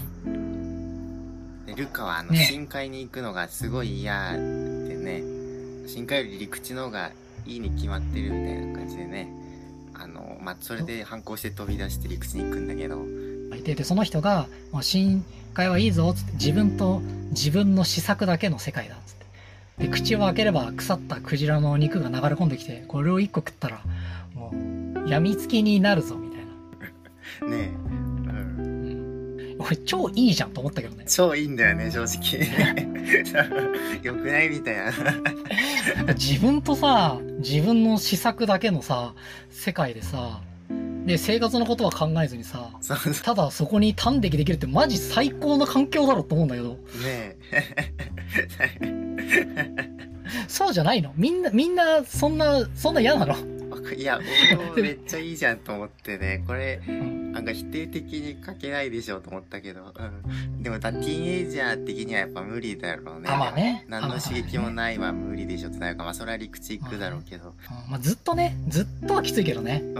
でルカはあの、ね、深海に行くのがすごい嫌でね、深海より陸地の方がいいに決まってるみたいな感じでね、あのまあそれで反抗して飛び出して陸地に行くんだけど、 ででその人が「深海はいいぞ」っつって、自分と自分の試作だけの世界だっつって、で口を開ければ腐ったクジラの肉が流れ込んできて、これを一個食ったらもう病みつきになるぞみたいなねえ、 俺超いいじゃんと思ったけどね。 超いいんだよね、正直。よくないみたいな。 自分とさ、自分の試作だけのさ、世界でさ、で、生活のことは考えずにさ、 そうそう、 ただそこに端的できるってマジ最高の環境だろうと思うんだけど。 ねえ。そうじゃないの？みんな、みんな、そんな、そんな嫌なの？ いや、俺もめっちゃいいじゃんと思ってね、これ、なんか否定的に書けないでしょと思ったけど、うん、でもだティーンエイジャー的にはやっぱ無理だろうね。 あ、まあね。 何の刺激もないは無理でしょってなるか、まあそれは陸地行くだろうけど。 まあずっとね、ずっとはきついけどね。 うん。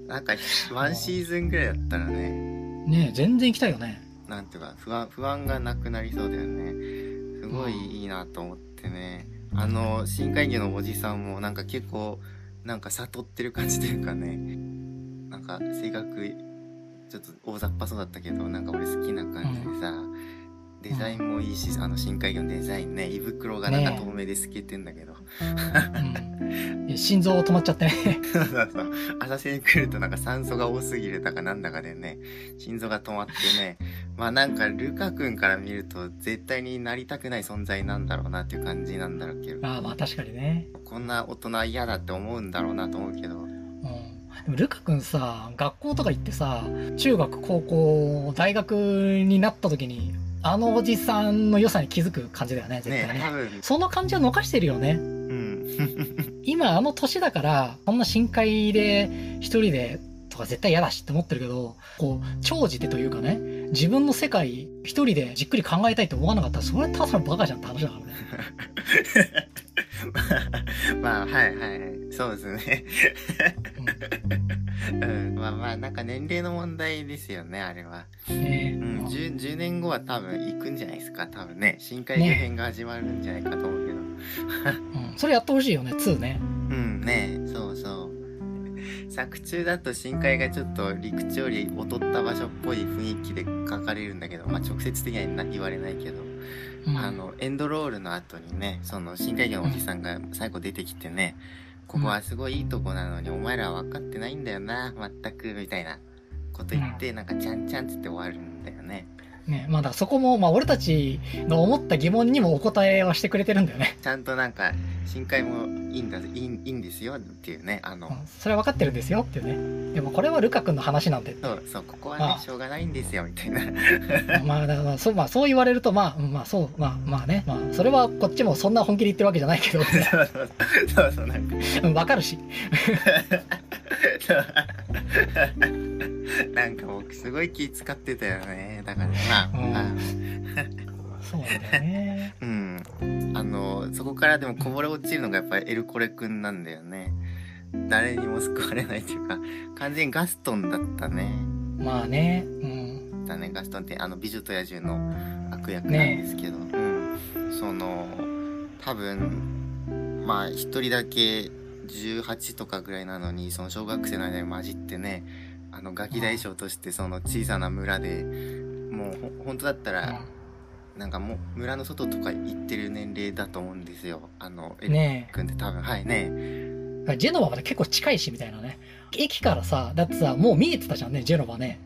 なんか、ワンシーズンぐらいだったらね。 ねえ、全然行きたいよね。 なんていうか、不安、不安がなくなりそうだよね。すごいいいなと思ってね。あの、深海魚のおじさんもなんか結構、なんか悟ってる感じというかね、なんか性格ちょっと大雑把そうだったけど、なんか俺好きな感じでさ、うん、デザインもいいし、あの深海魚のデザインね、胃袋がなんか透明で透けてんだけど、 ねうん、心臓止まっちゃってね。 そうそうそう、浅瀬に来るとなんか酸素が多すぎるだかなんだかでね、心臓が止まってね、まあなんかルカ君から見ると絶対になりたくない存在なんだろうなっていう感じなんだろうけど、 ああ、まあ確かにね、こんな大人嫌だって思うんだろうなと思うけど、 うん、でもルカ君さ、学校とか行ってさ、中学高校大学になった時にあのおじさんの良さに気づく感じだよね、絶対ね。ね、多分その感じを逃してるよね。うん。今あの年だからこんな深海で一人でとか絶対嫌だしって思ってるけど、こう長じてというかね、自分の世界一人でじっくり考えたいって思わなかったら、それはただのバカじゃんって話だからね。 まあ、まあ、はいはいそうですね。うん、まあまあなんか年齢の問題ですよね、あれは。えー、うん、10, じゅうねんごは多分行くんじゃないですか、多分ね。深海魚編が始まるんじゃないかと思うけど。 ねうん、それやってほしいよね、ツーね。 うんね、そうそう。作中だと深海がちょっと陸地より劣った場所っぽい雰囲気で書かれるんだけど、まあ直接的には言われないけど、うん、あのエンドロールの後にね、その深海魚のおじさんが最後出てきてね、ここはすごいいいとこなのにお前らは分かってないんだよな、全くみたいなこと言って、うん、なんかちゃんちゃんつって終わるんだよね。 ね、まだそこも、まあ俺たちの思った疑問にもお答えはしてくれてるんだよね。 ちゃんとなんか深海もいいんだいいいいんですよっていうね、あの、 うん、それは分かってるんですよっていうね。でもこれはルカ君の話なんで。 そうそう、ここはね、 まあしょうがないんですよみたいな。 まあ、だからそう、まあ、そう言われると、まあ、うんまあ、そう、まあ、まあね、まあ、それはこっちもそんな本気で言ってるわけじゃないけど、 そうそうそうそう、なんかうんわかるし。 なんか僕すごい気使ってたよね。だからまあ、 うんまあそうなんだよね。 うん、あのそこからでもこぼれ落ちるのがやっぱりエルコレくんなんだよね。誰にも救われないというか、完全にガストンだったね。 まあね、うん。 だね、ガストンってあの美女と野獣の悪役なんですけど、ね、うん、その多分まあ一人だけじゅうはちとかぐらいなのに、その小学生の間に混じってね、あのガキ大将としてその小さな村でもうほ本当だったら、うん、なんかもう村の外とか行ってる年齢だと思うんですよ。あのエリ君って多分、はいね。 ジェノバまで結構近いしみたいなね。駅からさ、だってさ、もう見えてたじゃんね、ジェノバね。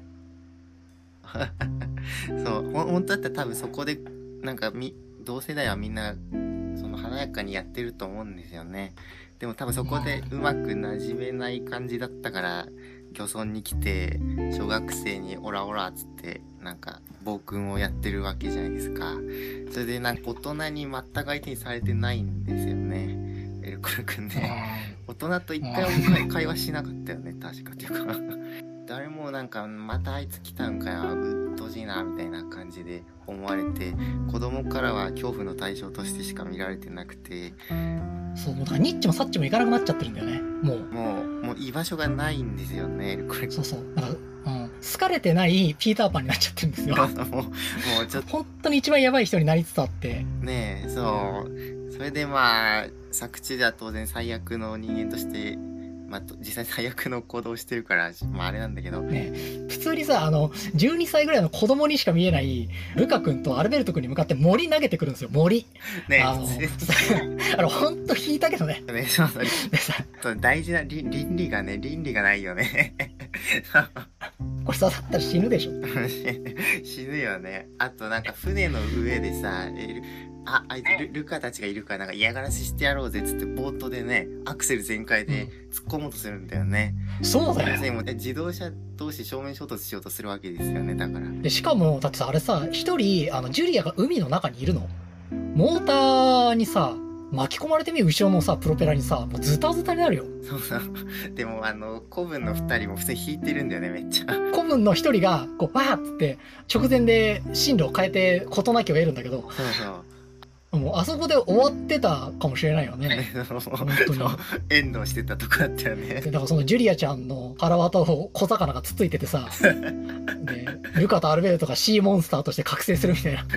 そうほ本当だったら多分そこでなんかみ同世代はみんなその華やかにやってると思うんですよね。でも多分そこでうまく馴染めない感じだったから漁村に来て小学生にオラオラっつってなんか暴君をやってるわけじゃないですか。それでなんか大人に全く相手にされてないんですよね、エルコル君ね。大人と一回も会話しなかったよね、確か。っていうか誰もなんかまたあいつ来たんかよ、うっとうしいなみたいな感じで思われて、子供からは恐怖の対象としてしか見られてなくて、 そう、もうだからニッチもサッチも行かなくなっちゃってるんだよね。もうもうもう居場所がないんですよね、これ。 そうそう、だから、うん、好かれてないピーターパンになっちゃってるんですよ。もうもうちょっと本当に一番やばい人になりつつあってねえ、そうそれでまあ作中では当然最悪の人間としてまあ、実際最悪の行動をしてるから、まああれなんだけど。ね、 普通にさ、あの、じゅうにさいぐらいの子供にしか見えない、ルカ君とアルベルト君に向かって森投げてくるんですよ、森。 ねあの、あの、ほんと引いたけどね。 ね、そうそう。でさ、大事な倫理がね、倫理がないよね。 これ刺さったら死ぬでしょ。 死ぬよね。あとなんか船の上でさ、あ、あいつ ル, ルカたちがいるからなんか嫌がらせしてやろうぜっつってボートでね、アクセル全開で突っ込もうとするんだよね。 うん、そうだよ。 もう自動車同士正面衝突しようとするわけですよね、だから。 でしかも、だってさ、あれさ、一人、あの、ジュリアが海の中にいるの。モーターにさ、巻き込まれてみる後ろのさ、プロペラにさ、もうズタズタになるよ。 そうそう。でもあの、古文の二人も普通に引いてるんだよね、めっちゃ。 古文の一人が、こう、わーっつって、直前で進路を変えて事なきを得るんだけど、 そうそう。 もうあそこで終わってたかもしれないよね。本当に。 遠慮してたとこだったよね。 だからそのジュリアちゃんの腹渡を小魚がつっついててさ、で、ルカとアルベルトがシーモンスターとして覚醒するみたいな。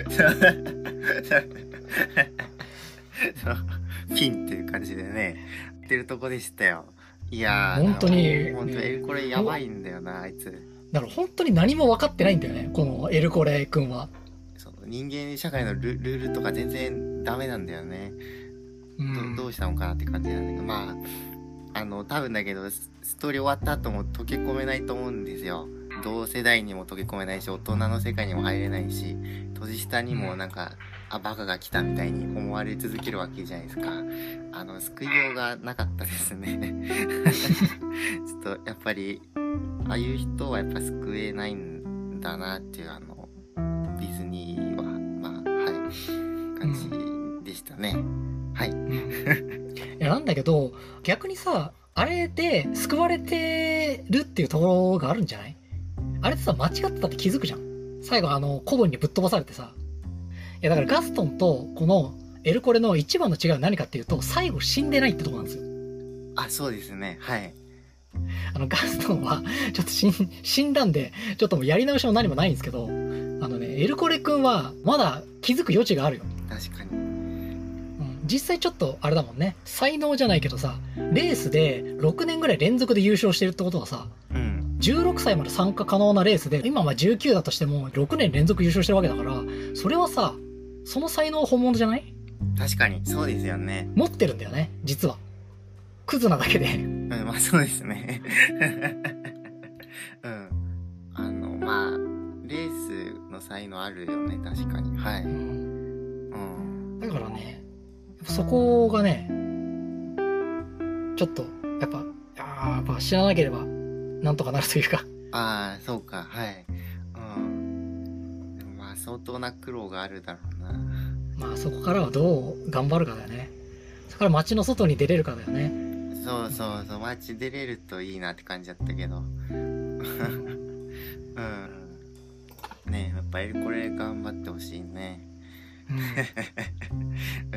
ピンっていう感じでね、やってるとこでしたよ。いやー、本当に。 本当にこれやばいんだよな、あいつ。 だから本当に何も分かってないんだよね、このエルコレ君は。 人間社会の ル, ルールとか全然ダメなんだよね、うん、ど, どうしたのかなって感じなんだけど、まああの多分だけどストーリー終わった後も溶け込めないと思うんですよ。同世代にも溶け込めないし、大人の世界にも入れないし、年下にもなんか、うん、あバカが来たみたいに思われ続けるわけじゃないですか。あの救いようがなかったですね。ちょっとやっぱりああいう人はやっぱ救えないんだなっていう、あのディズニーはまあはい感じでしたね、うん、はい。 いやなんだけど逆にさ、あれで救われてるっていうところがあるんじゃない？あれってさ、間違ってたって気づくじゃん。最後あの古文にぶっ飛ばされてさ、いやだからガストンとこのエルコレの一番の違いは何かっていうと、最後死んでないってとこなんですよ。 あ、そうですね、はい。 あのガストンはちょっと死ん、死んだんでちょっともうやり直しも何もないんですけど、あのねエルコレ君はまだ気づく余地があるよ。 確かに、うん、 実際ちょっとあれだもんね、才能じゃないけどさ、レースでろくねんぐらい連続で優勝してるってことはさ、うん、じゅうろくさいまで参加可能なレースで今はじゅうきゅうだとしてもろくねん連続優勝してるわけだから、それはさ、その才能本物じゃない？ 確かにそうですよね。 持ってるんだよね、実は。クズなだけで。 うん、まあそうですね。うん。あの、まあ、レースの才能あるよね、確かに。はい。うん。 だからね、そこがね、 ちょっと、やっぱ、あやっぱ知らなければ、なんとかなるというか。 ああ、そうか、はい。うん。でもまあ、相当な苦労があるだろうな。 まあ、そこからはどう頑張るかだよね。そこから街の外に出れるかだよね。 そうそうそう、街出れるといいなって感じだったけど。うん。ねえ、やっぱりこれ頑張ってほしいね。うん。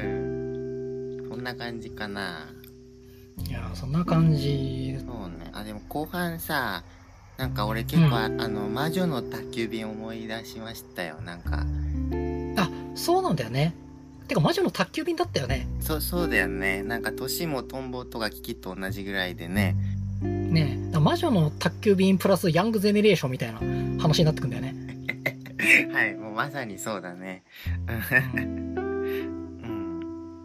うん。こんな感じかな。 いや、そんな感じ。 そうね。あ、でも後半さ、なんか俺結構、うん、あの、魔女の宅急便思い出しましたよ、なんか。 あ、そうなんだよね。てか魔女の宅急便だったよね。 そう、そうだよね。なんか年もトンボとかキキと同じぐらいでね。 ねえ、魔女の宅急便プラスヤングゼネレーションみたいな話になってくんだよね。 はい、もうまさにそうだね。うん。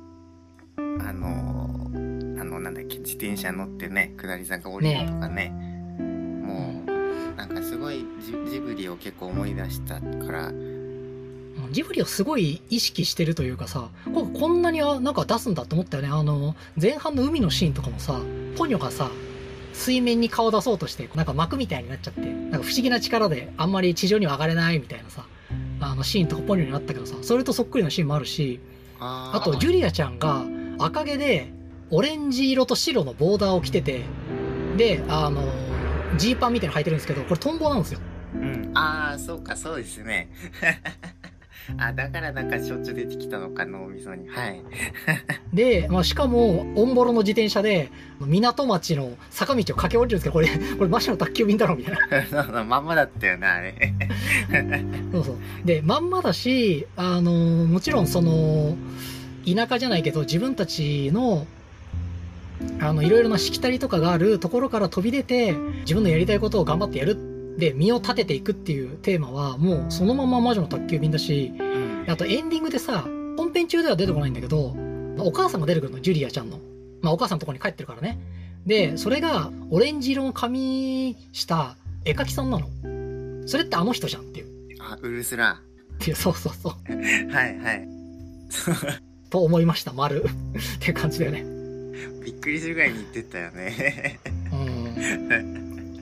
あのー、あの、なんだっけ、自転車乗ってね、下り坂降りるとかね。ねもう、なんかすごいジ、ジブリを結構思い出したから、 ジブリをすごい意識してるというかさ、ここんなになんか出すんだって思ったよね。あの、前半の海のシーンとかもさ、ポニョがさ、水面に顔を出そうとして、なんか膜みたいになっちゃって、なんか不思議な力であんまり地上には上がれないみたいなさ、あのシーンとかポニョにあったけどさ、それとそっくりなシーンもあるし、あ, あとジュリアちゃんが赤毛でオレンジ色と白のボーダーを着てて、で、あの、ジーパンみたいなの履いてるんですけど、これトンボなんですよ。 うん。ああ、そうか、そうですね。あ、だからなんかしょっちゅう出てきたのか、脳みそに。はい。 で、まあ、しかも、オンボロの自転車で、港町の坂道を駆け下りるんですけど、これ、これ、魔女の宅急便だろ、みたいな。 そうそう、まんまだったよな、あれ。 そうそう。で、まんまだし、あの、もちろんその、田舎じゃないけど、自分たちの、あの、いろいろなしきたりとかがあるところから飛び出て、自分のやりたいことを頑張ってやる。で、身を立てていくっていうテーマは、もうそのまま魔女の宅急便だし、あとエンディングでさ、本編中では出てこないんだけど、お母さんが出てくるの、ジュリアちゃんの。まあお母さんのところに帰ってるからね。で、それが、オレンジ色の髪した絵描きさんなの。それってあの人じゃんっていう。 あ、ウルスラ。 っていう、そうそうそう。 はいはい。 と思いました、丸。っていう感じだよね。 びっくりするぐらいに言ってたよね。うん。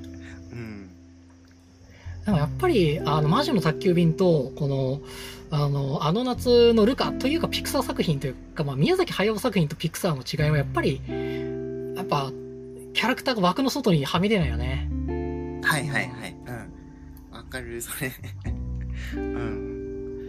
でもやっぱり、あの、魔女の宅急便と、この、あの、あの夏のルカというかピクサー作品というか、まあ、宮崎駿作品とピクサーの違いはやっぱり、やっぱ、キャラクターが枠の外にはみ出ないよね。 はいはいはい。うん。わかる、それ。うん。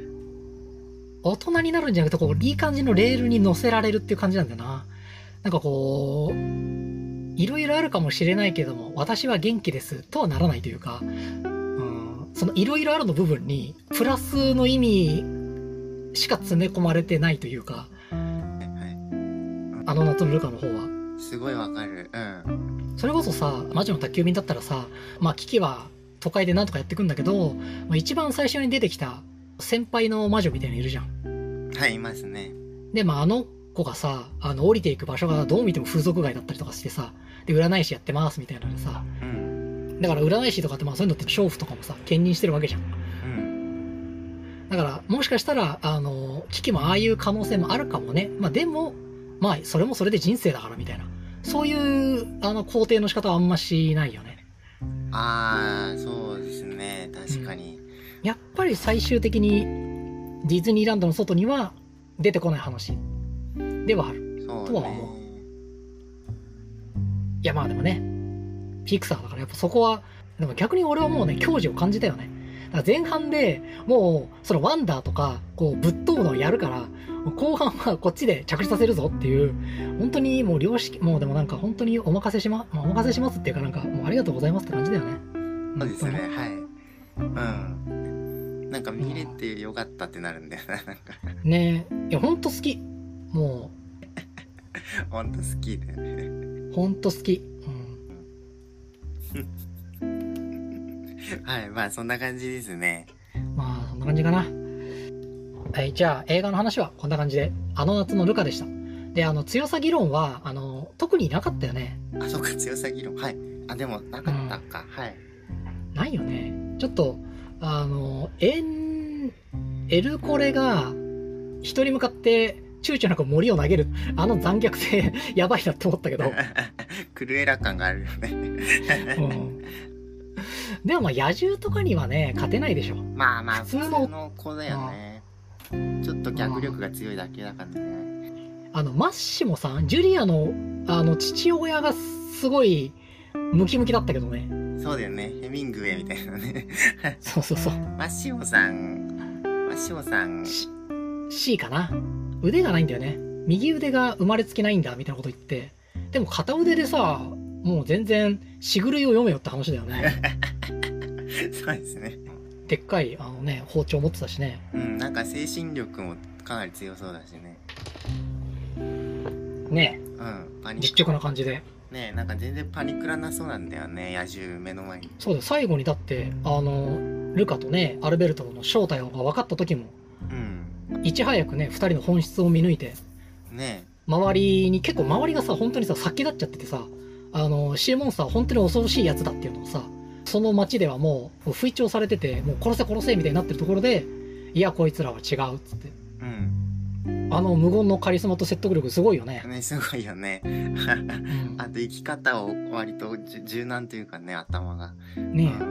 大人になるんじゃなくて、こう、いい感じのレールに乗せられるっていう感じなんだよな。なんかこう、いろいろあるかもしれないけども、私は元気ですとはならないというか、そのいろいろあるの部分にプラスの意味しか詰め込まれてないというか、はいはい、あの夏のルカの方はすごいわかる。うん。 それこそさ、魔女の宅急便だったらさ、まあキキは都会でなんとかやってくんだけど、まあ、一番最初に出てきた先輩の魔女みたいなのいるじゃん。 はい、いますね。 で、まああの子がさ、あの降りていく場所がどう見ても風俗街だったりとかしてさ、で占い師やってますみたいなのでさ。うん。だから占い師とかってまあそういうのって娼婦とかもさ兼任してるわけじゃん。うん。だからもしかしたらあのキキもああいう可能性もあるかもね。まあでもまあそれもそれで人生だからみたいな、そういうあの肯定の仕方はあんましないよね。 ああ、そうですね、確かに、 うん。やっぱり最終的にディズニーランドの外には出てこない話ではある、ね、とは思う。いやまあでもね。ピクサーだからやっぱそこは、でも逆に俺はもうね、矜持を感じたよね。だから前半でもう、そのワンダーとか、こうぶっ飛ぶのをやるから、後半はこっちで着地させるぞっていう、本当にもう良識、もうでもなんか本当にお任せしま、お任せしますっていうかなんか、もうありがとうございますって感じだよね。 そうですね、はい。うん。なんか見れてよかったってなるんだよな、なんか。 ねえ、いや本当好き。もう。本当好きだよね。 本当好き。 はい、まあそんな感じですね。 まあそんな感じかな。はい、じゃあ映画の話はこんな感じで、あの夏のルカでした。で、あの強さ議論はあの特になかったよね。 あ、そうか、強さ議論、はい。あ、でもなかったか、うん、はい。 ないよね。ちょっとあのエンエルコレが人に向かって躊躇なく森を投げる、あの残虐性、やばいなって思ったけど。 クルエラ感があるよね。 うん。でもまあ野獣とかにはね、勝てないでしょ。 まあまあ、普通普通のの子だよね。ちょっと脚力が強いだけだからね。 あの、マッシモさん、ジュリアの、あの、父親がすごい、ムキムキだったけどね。 そうだよね。ヘミングウェイみたいなね。 そうそうそう。 マッシモさん、マッシモさん、 C, C かな。腕がないんだよね。右腕が生まれつきないんだ、みたいなこと言って。でも片腕でさ、もう全然、しぐるいを読めよって話だよね。 そうですね。 でっかい、あのね、包丁持ってたしね。 うん、なんか精神力もかなり強そうだしね。 ねうん、パえ、 ニ実直な感じで。 ねえ、なんか全然パニクらなそうなんだよね、野獣目の前に。 そうだよ、最後にだって、あの、ルカとね、アルベルトの正体が分かった時も、 うん。 いち早くね、二人の本質を見抜いて、 ね周りに、結構周りがさ、本当にさ、先立っちゃっててさ、あの、シーモンスターは本当に恐ろしいやつだっていうのをさ、その街ではもう、吹聴されてて、もう殺せ殺せみたいになってるところで、いや、こいつらは違うっつって。 え。うん。 あの無言のカリスマと説得力すごいよね。 ね、すごいよね。 うんあと生き方を割とじゅ柔軟というかね、頭が。 ねうん、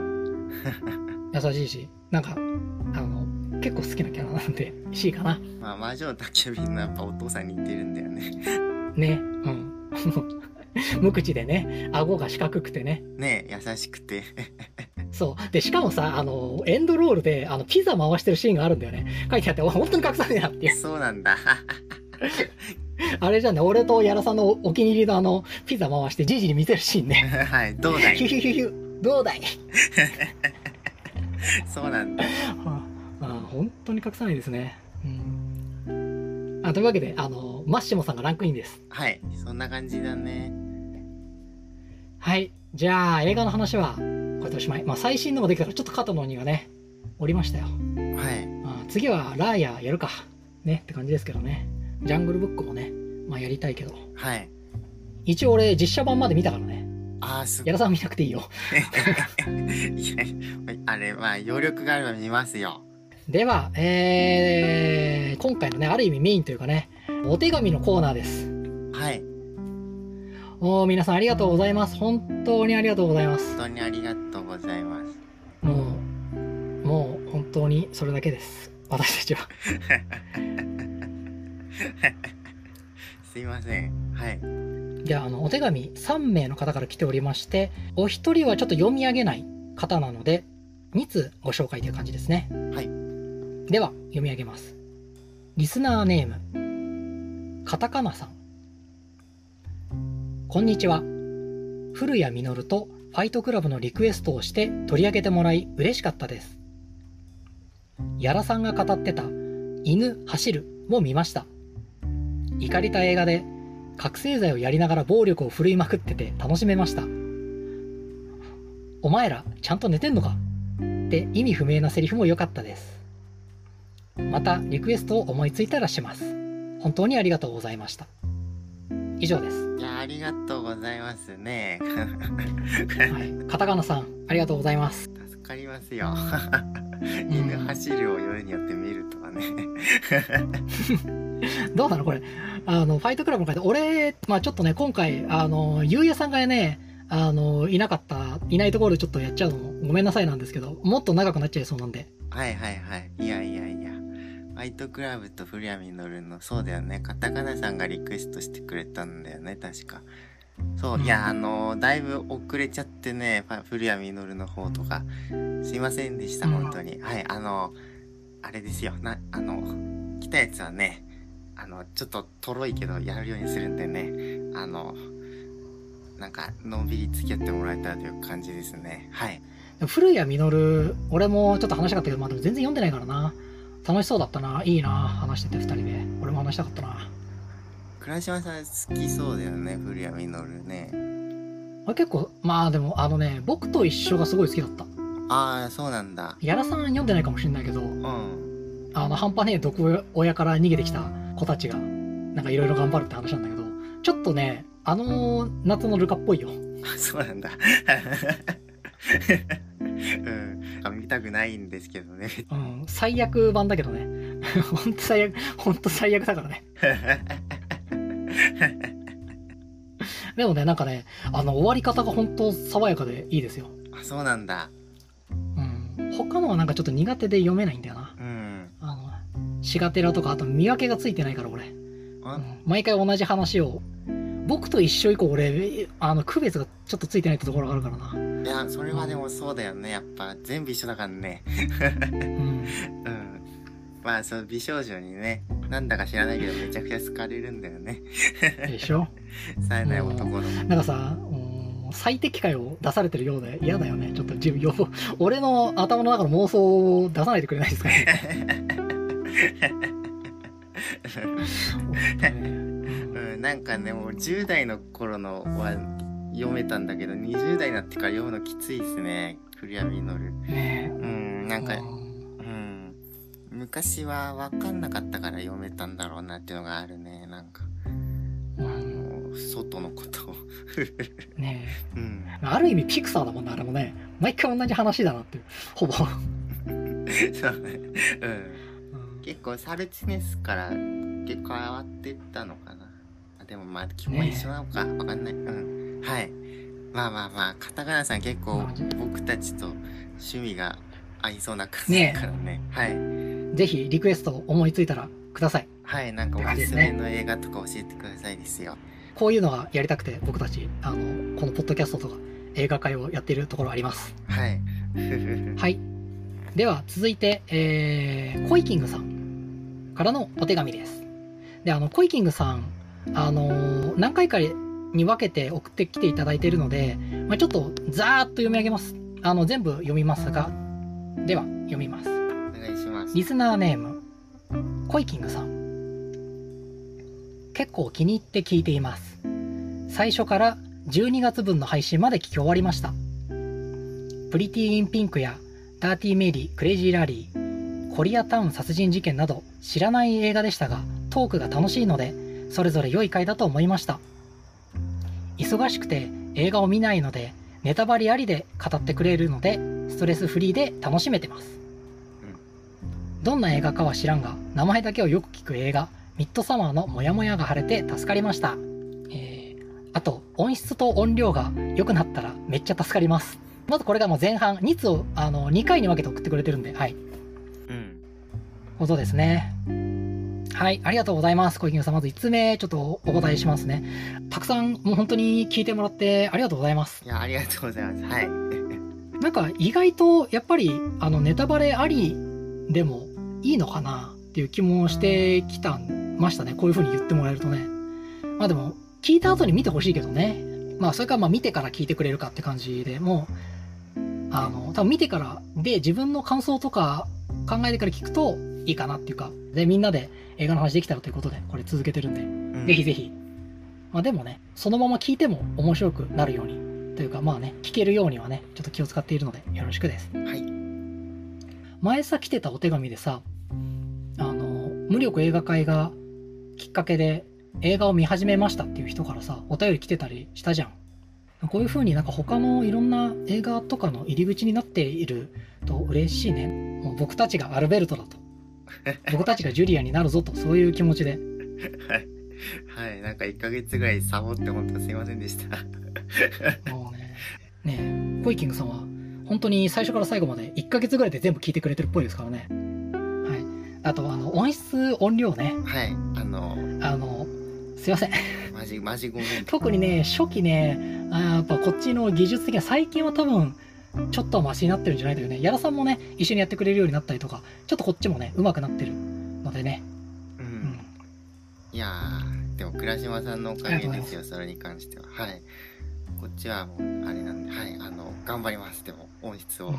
え、優しいし、なんか、あの、結構好きなキャラなんで、C かな。 まあ、魔女の宅急便のやっぱお父さんに似てるんだよね。 ね、うん。無口でね、顎が四角くてね。 ねえ、優しくて。 そう。で、しかもさ、あの、エンドロールで、あの、ピザ回してるシーンがあるんだよね。書いてあって、本当に隠さねえなっていう。 そうなんだ。 あれじゃね、俺と矢田さんのお気に入りのあの、ピザ回してじいじに見せるシーンね。 はい、どうだい。 ヒュヒュヒュヒュ、どうだい。 そうなんだ。 ああ、本当に隠さないですね。うん。あ、というわけで、あの、マッシモさんがランクインです。 はい、そんな感じだね。 はい。じゃあ、映画の話は、これでおしまい。まあ、最新のもできたから、ちょっと肩の荷がね、降りましたよ。 はい。 まあ、次は、ラーヤやるか。ね、って感じですけどね。ジャングルブックもね、まあ、やりたいけど。 はい。 一応俺、実写版まで見たからね。 ああ、すごい。 矢田さん見なくていいよ。 いや、あれ、まあ、余力があれば見ますよ。 では、えー、今回のね、ある意味メインというかね、お手紙のコーナーです。 はい。 おー、皆さんありがとうございます。本当にありがとうございます。 本当にありがとうございます。 もう、もう本当にそれだけです。私たちは。 すいません。はい。 じゃあ、あの、お手紙さん名の方から来ておりまして、お一人はちょっと読み上げない方なので、に通ご紹介という感じですね。 はい。 では、読み上げます。リスナーネーム、カタカナさん。こんにちは。古谷実とファイトクラブのリクエストをして取り上げてもらい嬉しかったです。ヤラさんが語ってた犬走るも見ました。怒りた映画で覚醒剤をやりながら暴力を振るいまくってて楽しめました。お前らちゃんと寝てんのかって意味不明なセリフも良かったです。またリクエストを思いついたらします。本当にありがとうございました。以上です。 いや、ありがとうございますね。 はい、カタカナさんありがとうございます。 助かりますよ。犬走るを夜によって見るとかね。 どうなのこれ。あの、ファイトクラブの回で、俺、まあちょっとね、今回、あの、ゆうやさんがね、あの、いなかった、いないところでちょっとやっちゃうのもごめんなさいなんですけど、もっと長くなっちゃいそうなんで。 はいはいはい。いやいやいや。ファイトクラブと古谷実の、そうだよね。カタカナさんがリクエストしてくれたんだよね、確か。そう、うん、いや、あの、だいぶ遅れちゃってね、古谷実の方とか、すいませんでした、本当に。うん、はい、あの、あれですよ、な、あの、来たやつはね、あの、ちょっととろいけど、やるようにするんでね、あの、なんか、のんびり付き合ってもらえたらという感じですね。はい。 古谷実、俺もちょっと話したかったけど、まあでも全然読んでないからな。楽しそうだったな。いいな。話してて二人で。俺も話したかったな。 倉島さん好きそうだよね、古谷実ね。 俺結構、まあでもあのね、僕と一緒がすごい好きだった。 ああ、そうなんだ。 矢田さん読んでないかもしれないけど、 うん。 あの、半端ねえ毒親から逃げてきた子たちが、なんかいろいろ頑張るって話なんだけど、ちょっとね、あのー、夏のルカっぽいよ。 そうなんだ。うん。見たくないんですけどね。 うん。最悪版だけどね。 ほんと最悪、ほんと最悪だからね。でもね、なんかね、あの、終わり方が本当爽やかでいいですよ。 あ、そうなんだ。 うん。他のはなんかちょっと苦手で読めないんだよな。 うん。 あの、シガテラとか、あと見分けがついてないから俺。うん、毎回同じ話を。僕と一緒以降俺、あの、区別がちょっとついてないってところがあるからな。 いや、それはでもそうだよね。やっぱ全部一緒だからね。うん。うん。まあ、その美少女にね、なんだか知らないけどめちゃくちゃ好かれるんだよね。 でしょ。 冴えない男の。 なんかさ、うん、最適解を出されてるようで嫌だよね。ちょっと自分、よ俺の頭の中の妄想を出さないでくれないですかね。 うん、なんかね、もうじゅう代の頃のは読めたんだけど、にじゅう代になってから読むのきついっすね。クリアミノル。ね、うん、なんか、うん、昔は分かんなかったから読めたんだろうなっていうのがあるね。なんか、あの、外のことを。 ねえ、うん。ある意味ピクサーだもんな、あれもね。毎回同じ話だなっていう。ほぼ。そうね。うん。結構サルチネスから結構変わってったのかな。でもまあ基本一緒なのかわかんない。うん。はい。まあまあまあ、カタカナさん結構僕たちと趣味が合いそうな感じだからね。ね、はい。 ぜひリクエスト思いついたらください。 はい、なんかおすすめの映画とか教えてくださいですよ。 こういうのがやりたくて僕たち、あの、このポッドキャストとか映画会をやっているところあります。 はい。 はい。では続いて、えー、コイキングさんからのお手紙です。で、あの、コイキングさん、あのー、何回かに分けて送ってきていただいているので、まあ、ちょっとざーっと読み上げます。あの、全部読みますが、では読みます。 お願いします。 リスナーネーム、コイキングさん。結構気に入って聞いています。最初からじゅうにがつぶんの配信まで聞き終わりました。プリティー・イン・ピンクやダーティー・メリー・クレイジー・ラリー、コリアタウン殺人事件など知らない映画でしたが、トークが楽しいので、それぞれ良い回だと思いました。忙しくて映画を見ないので、ネタバレありで語ってくれるので、ストレスフリーで楽しめてます。どんな映画かは知らんが、名前だけをよく聞く映画、ミッドサマーのモヤモヤが晴れて助かりました。えー、あと、音質と音量が良くなったらめっちゃ助かります。まずこれがもう前半、につをあのにかいに分けて送ってくれてるんで、はい。うん。ことですね。はい、ありがとうございます。小池さん、まずいつつめ、ちょっとお答えしますね。たくさん、もう本当に聞いてもらってありがとうございます。 いや、ありがとうございます。はい。 なんか、意外と、やっぱり、あの、ネタバレありでもいいのかなっていう気もしてきたましたね。こういう風に言ってもらえるとね。まあでも、聞いた後に見てほしいけどね。まあ、それからまあ見てから聞いてくれるかって感じでもう、あの、多分見てからで自分の感想とか考えてから聞くといいかなっていうか、で、みんなで映画の話できたらということで、これ続けてるんで、うん、ぜひぜひ。まあでもね、そのまま聞いても面白くなるように、というかまあね、聞けるようにはね、ちょっと気を使っているので、よろしくです。 はい。 前さ来てたお手紙でさ、あの、無力映画会がきっかけで映画を見始めましたっていう人からさ、お便り来てたりしたじゃん。こういう風になんか他のいろんな映画とかの入り口になっていると嬉しいね。もう僕たちがアルベルトだと。僕たちがジュリアになるぞと、そういう気持ちで。 はい。はい。なんかいっかげつぐらいサボって本当すいませんでした。 もうね。ねえ、コイキングさんは本当に最初から最後までいっかげつぐらいで全部聞いてくれてるっぽいですからね。はい。あと、あの、音質、音量ね。 はい。あの、 あの、すいません。 マジ、マジごめん。 特にね、初期ね、あやっぱこっちの技術的には最近は多分、ちょっとマシになってるんじゃないというね。矢田さんもね、一緒にやってくれるようになったりとか、ちょっとこっちもね、上手くなってるのでね。 うん。うん、いやー、でも倉島さんのおかげですよ、それに関しては。はい。こっちはもう、あれなんで、はい、あの、頑張ります。でも、音質を、うん、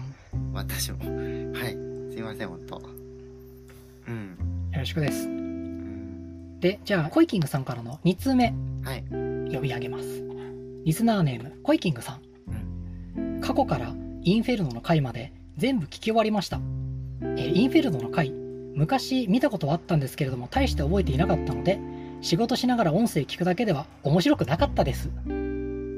私も。はい。すいません、ほんと。うん。 よろしくです。うん、で、じゃあ、コイキングさんからのにつうめ。 はい。 読み上げます。リスナーネーム、コイキングさん。うん、過去からインフェルノの回まで全部聞き終わりました。えー、インフェルノの回、昔見たことはあったんですけれども、大して覚えていなかったので、仕事しながら音声聞くだけでは面白くなかったです。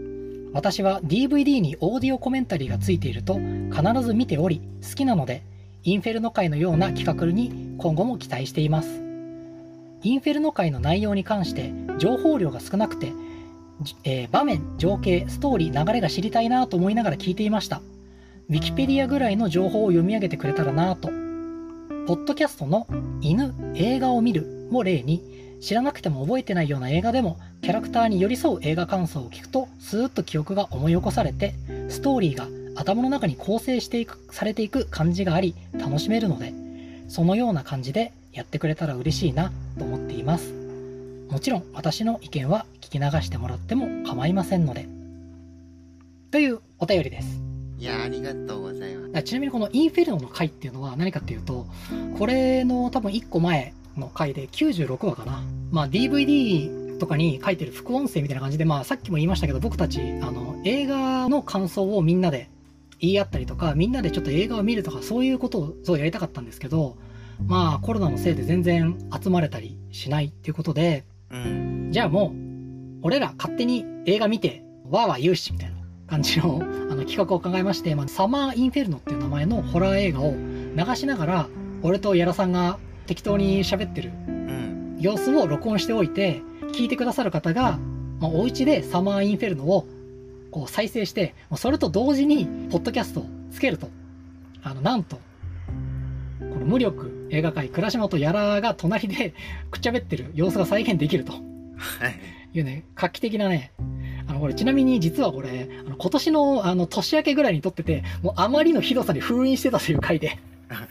私は ディーブイディー にオーディオコメンタリーがついていると必ず見ており、好きなのでインフェルノ界のような企画に今後も期待しています。インフェルノ界の内容に関して情報量が少なくて、えー場面、情景、ストーリー、流れが知りたいなと思いながら聞いていました。ウィキペディアぐらいの情報を読み上げてくれたらなと。ポッドキャストの犬、映画を見るを例に、知らなくても覚えてないような映画でもキャラクターに寄り添う映画感想を聞くとスーッと記憶が思い起こされて、ストーリーが頭の中に構成していくされていく感じがあり楽しめるので、そのような感じでやってくれたら嬉しいなと思っています。もちろん私の意見は聞き流してもらっても構いませんので、というお便りです。 いや、ありがとうございます。 ちなみにこのインフェルノの回っていうのは何かっていうと、これの多分いっこまえの回できゅうじゅうろくわかな。まあ ディーブイディー とかに書いてる副音声みたいな感じで、まあさっきも言いましたけど、僕たちあの映画の感想をみんなで言い合ったりとか、みんなでちょっと映画を見るとか、そういうことをそうやりたかったんですけど、まあコロナのせいで全然集まれたりしないっていうことで、 うん。 じゃあもう俺ら勝手に映画見てわーわー言うしみたいな感じのあの企画を考えまして、まあ、サマーインフェルノっていう名前のホラー映画を流しながら、俺と矢田さんが適当に喋ってるうん。 様子を録音しておいて、聞いてくださる方が、まあ、お家でサマーインフェルノをこう再生して、それと同時にポッドキャストをつけると、あのなんとこの無力映画界倉島と矢田が隣でくっちゃべってる様子が再現できるとはい。 いうね、画期的なね、あのこれちなみに実はこれあの今年のあの年明けぐらいに撮ってて、もうあまりのひどさに封印してたという回で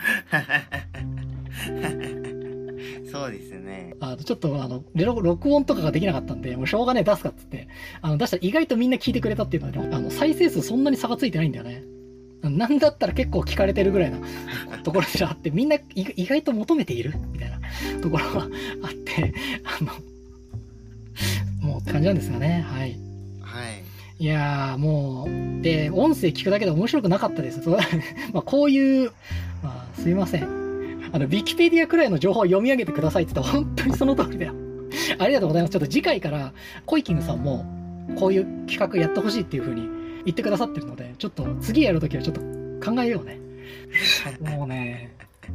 そうですね。 あのちょっとあのレロ録音とかができなかったんで、もうしょうがねえ出すかっつってあの出したら意外とみんな聞いてくれたっていうのはね、あの再生数そんなに差がついてないんだよね。なんだったら結構聞かれてるぐらいなところであって、みんな意外と求めているみたいなところがあって、あのもうって感じなんですがね。はい。 はい。 いやーもう、で、音声聞くだけで面白くなかったです。まあこういう、まあすいません。あの、ウィキペディアくらいの情報を読み上げてくださいって言ったら本当にその通りだよ。ありがとうございます。ちょっと次回から、コイキングさんもこういう企画やってほしいっていう風に言ってくださってるので、ちょっと次やるときはちょっと考えようね。もうね、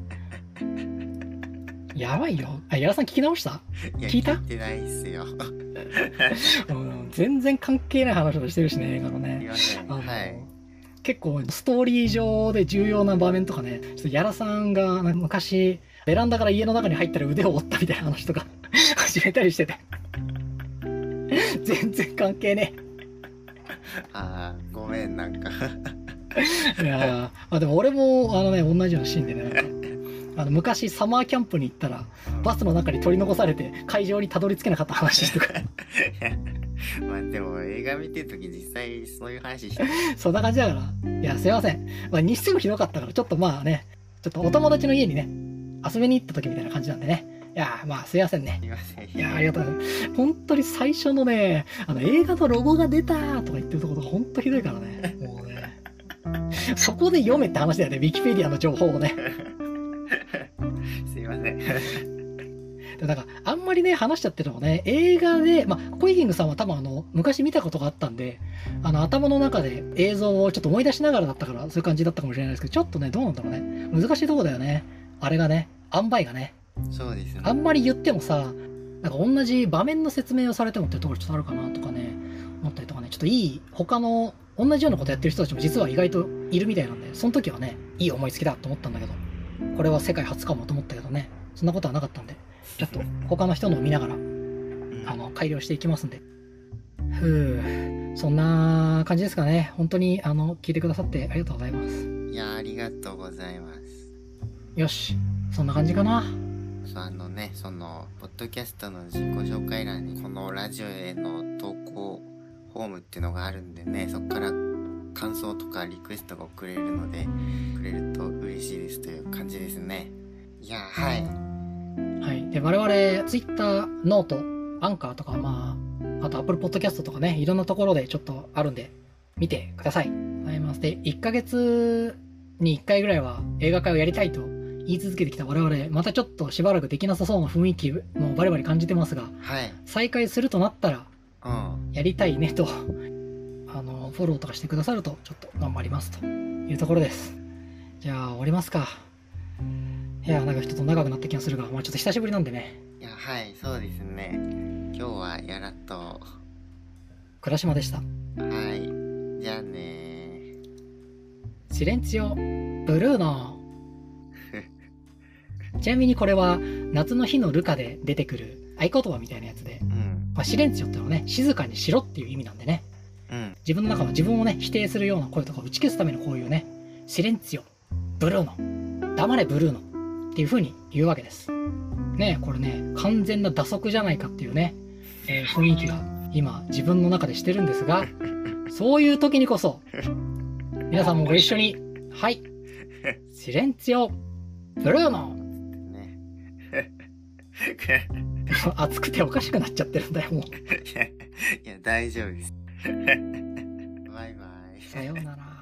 やばいよ。あ、矢田さん聞き直した？ いや、 聞いた？ 聞いてないっすよ。 うん、全然関係ない話をしてるしね、映画のすいね。 ません。 あのはい。 結構ストーリー上で重要な場面とかね、ちょっと矢田さんがなんか昔ベランダから家の中に入ったら腕を折ったみたいな話とか始めたりしてて全然関係ねああ、ごめん、なんかえ。いやー、まあ、でも俺もあのね同じようなシーンでね、なんかあの昔サマーキャンプに行ったらバスの中に取り残されて会場にたどり着けなかった話とかまあでも映画見てるとき実際そういう話してそんな感じだから、いやすいません、まあ、にしてもひどかったからちょっとまあね、ちょっとお友達の家にね遊びに行った時みたいな感じなんでね、いやーまあすいませんね。 すいません。 いやーありがとうございます。本当に最初のね、あの映画のロゴが出たーとか言ってるところが本当ひどいからね、もうねそこで読めって話だよね、ウィキペディアの情報をねすいません。 でなんかあんまりね話しちゃってるのもね、映画で、まあコイキングさんは多分あの昔見たことがあったんで、あの頭の中で映像をちょっと思い出しながらだったからそういう感じだったかもしれないですけど、ちょっとねどうなんだろうね、難しいとこだよね、あれがね、塩梅がね、 そうですね。 あんまり言ってもさ、なんか同じ場面の説明をされてもっていうところちょっとあるかなとかね思ったりとかね、ちょっといい他の同じようなことやってる人たちも実は意外といるみたいなんで、その時はねいい思いつきだと思ったんだけど、これは世界初かもと思ったけどね、そんなことはなかったんで、ちょっと他の人のを見ながらあの改良していきますんで。ふう、そんな感じですかね。本当にあの聞いてくださってありがとうございます。 いや、ありがとうございます。 よし、そんな感じかな。 そうあのね、そのポッドキャストの自己紹介欄にこのラジオへの投稿フォームっていうのがあるんでね、そこから感想とかリクエストが送れるのでくれると嬉しいですという感じですね。いや、はい。 はい。で、我々、ツイッター、ノート、アンカーとか、まあ、あと Apple Podcast とかね、いろんなところでちょっとあるんで、見てください。ございます。で、いっかげつにいっかいぐらいは映画会をやりたいと言い続けてきた我々、またちょっとしばらくできなさそうな雰囲気もバリバリ感じてますが、 はい。 再開するとなったら、 うん。 やりたいねと、あの、フォローとかしてくださると、ちょっと頑張りますというところです。じゃあ、終わりますか。 いや、なんか人と長くなった気がするが、まあちょっと久しぶりなんでね。 いや、はい、そうですね。今日はやらと。 倉島でした。 はい。じゃあねシレンツィオ、ブルーノ。ちなみにこれは、夏の日のルカで出てくる合言葉みたいなやつで、 うん。 まあ、シレンツィオってのはね、静かにしろっていう意味なんでね。 うん。 自分の中の自分をね、否定するような声とかを打ち消すためのこういうね、シレンツィオ、ブルーノ、黙れブルーノっていう風に言うわけです。ねえ、これね、完全な打足じゃないかっていうね、えー、雰囲気が今自分の中でしてるんですが、そういう時にこそ、皆さんもご一緒に、はい、シレンツィオ、ブルーノ。 ね。 熱くておかしくなっちゃってるんだよ、もう。 いや、いや大丈夫です。バイバイ。 さようなら。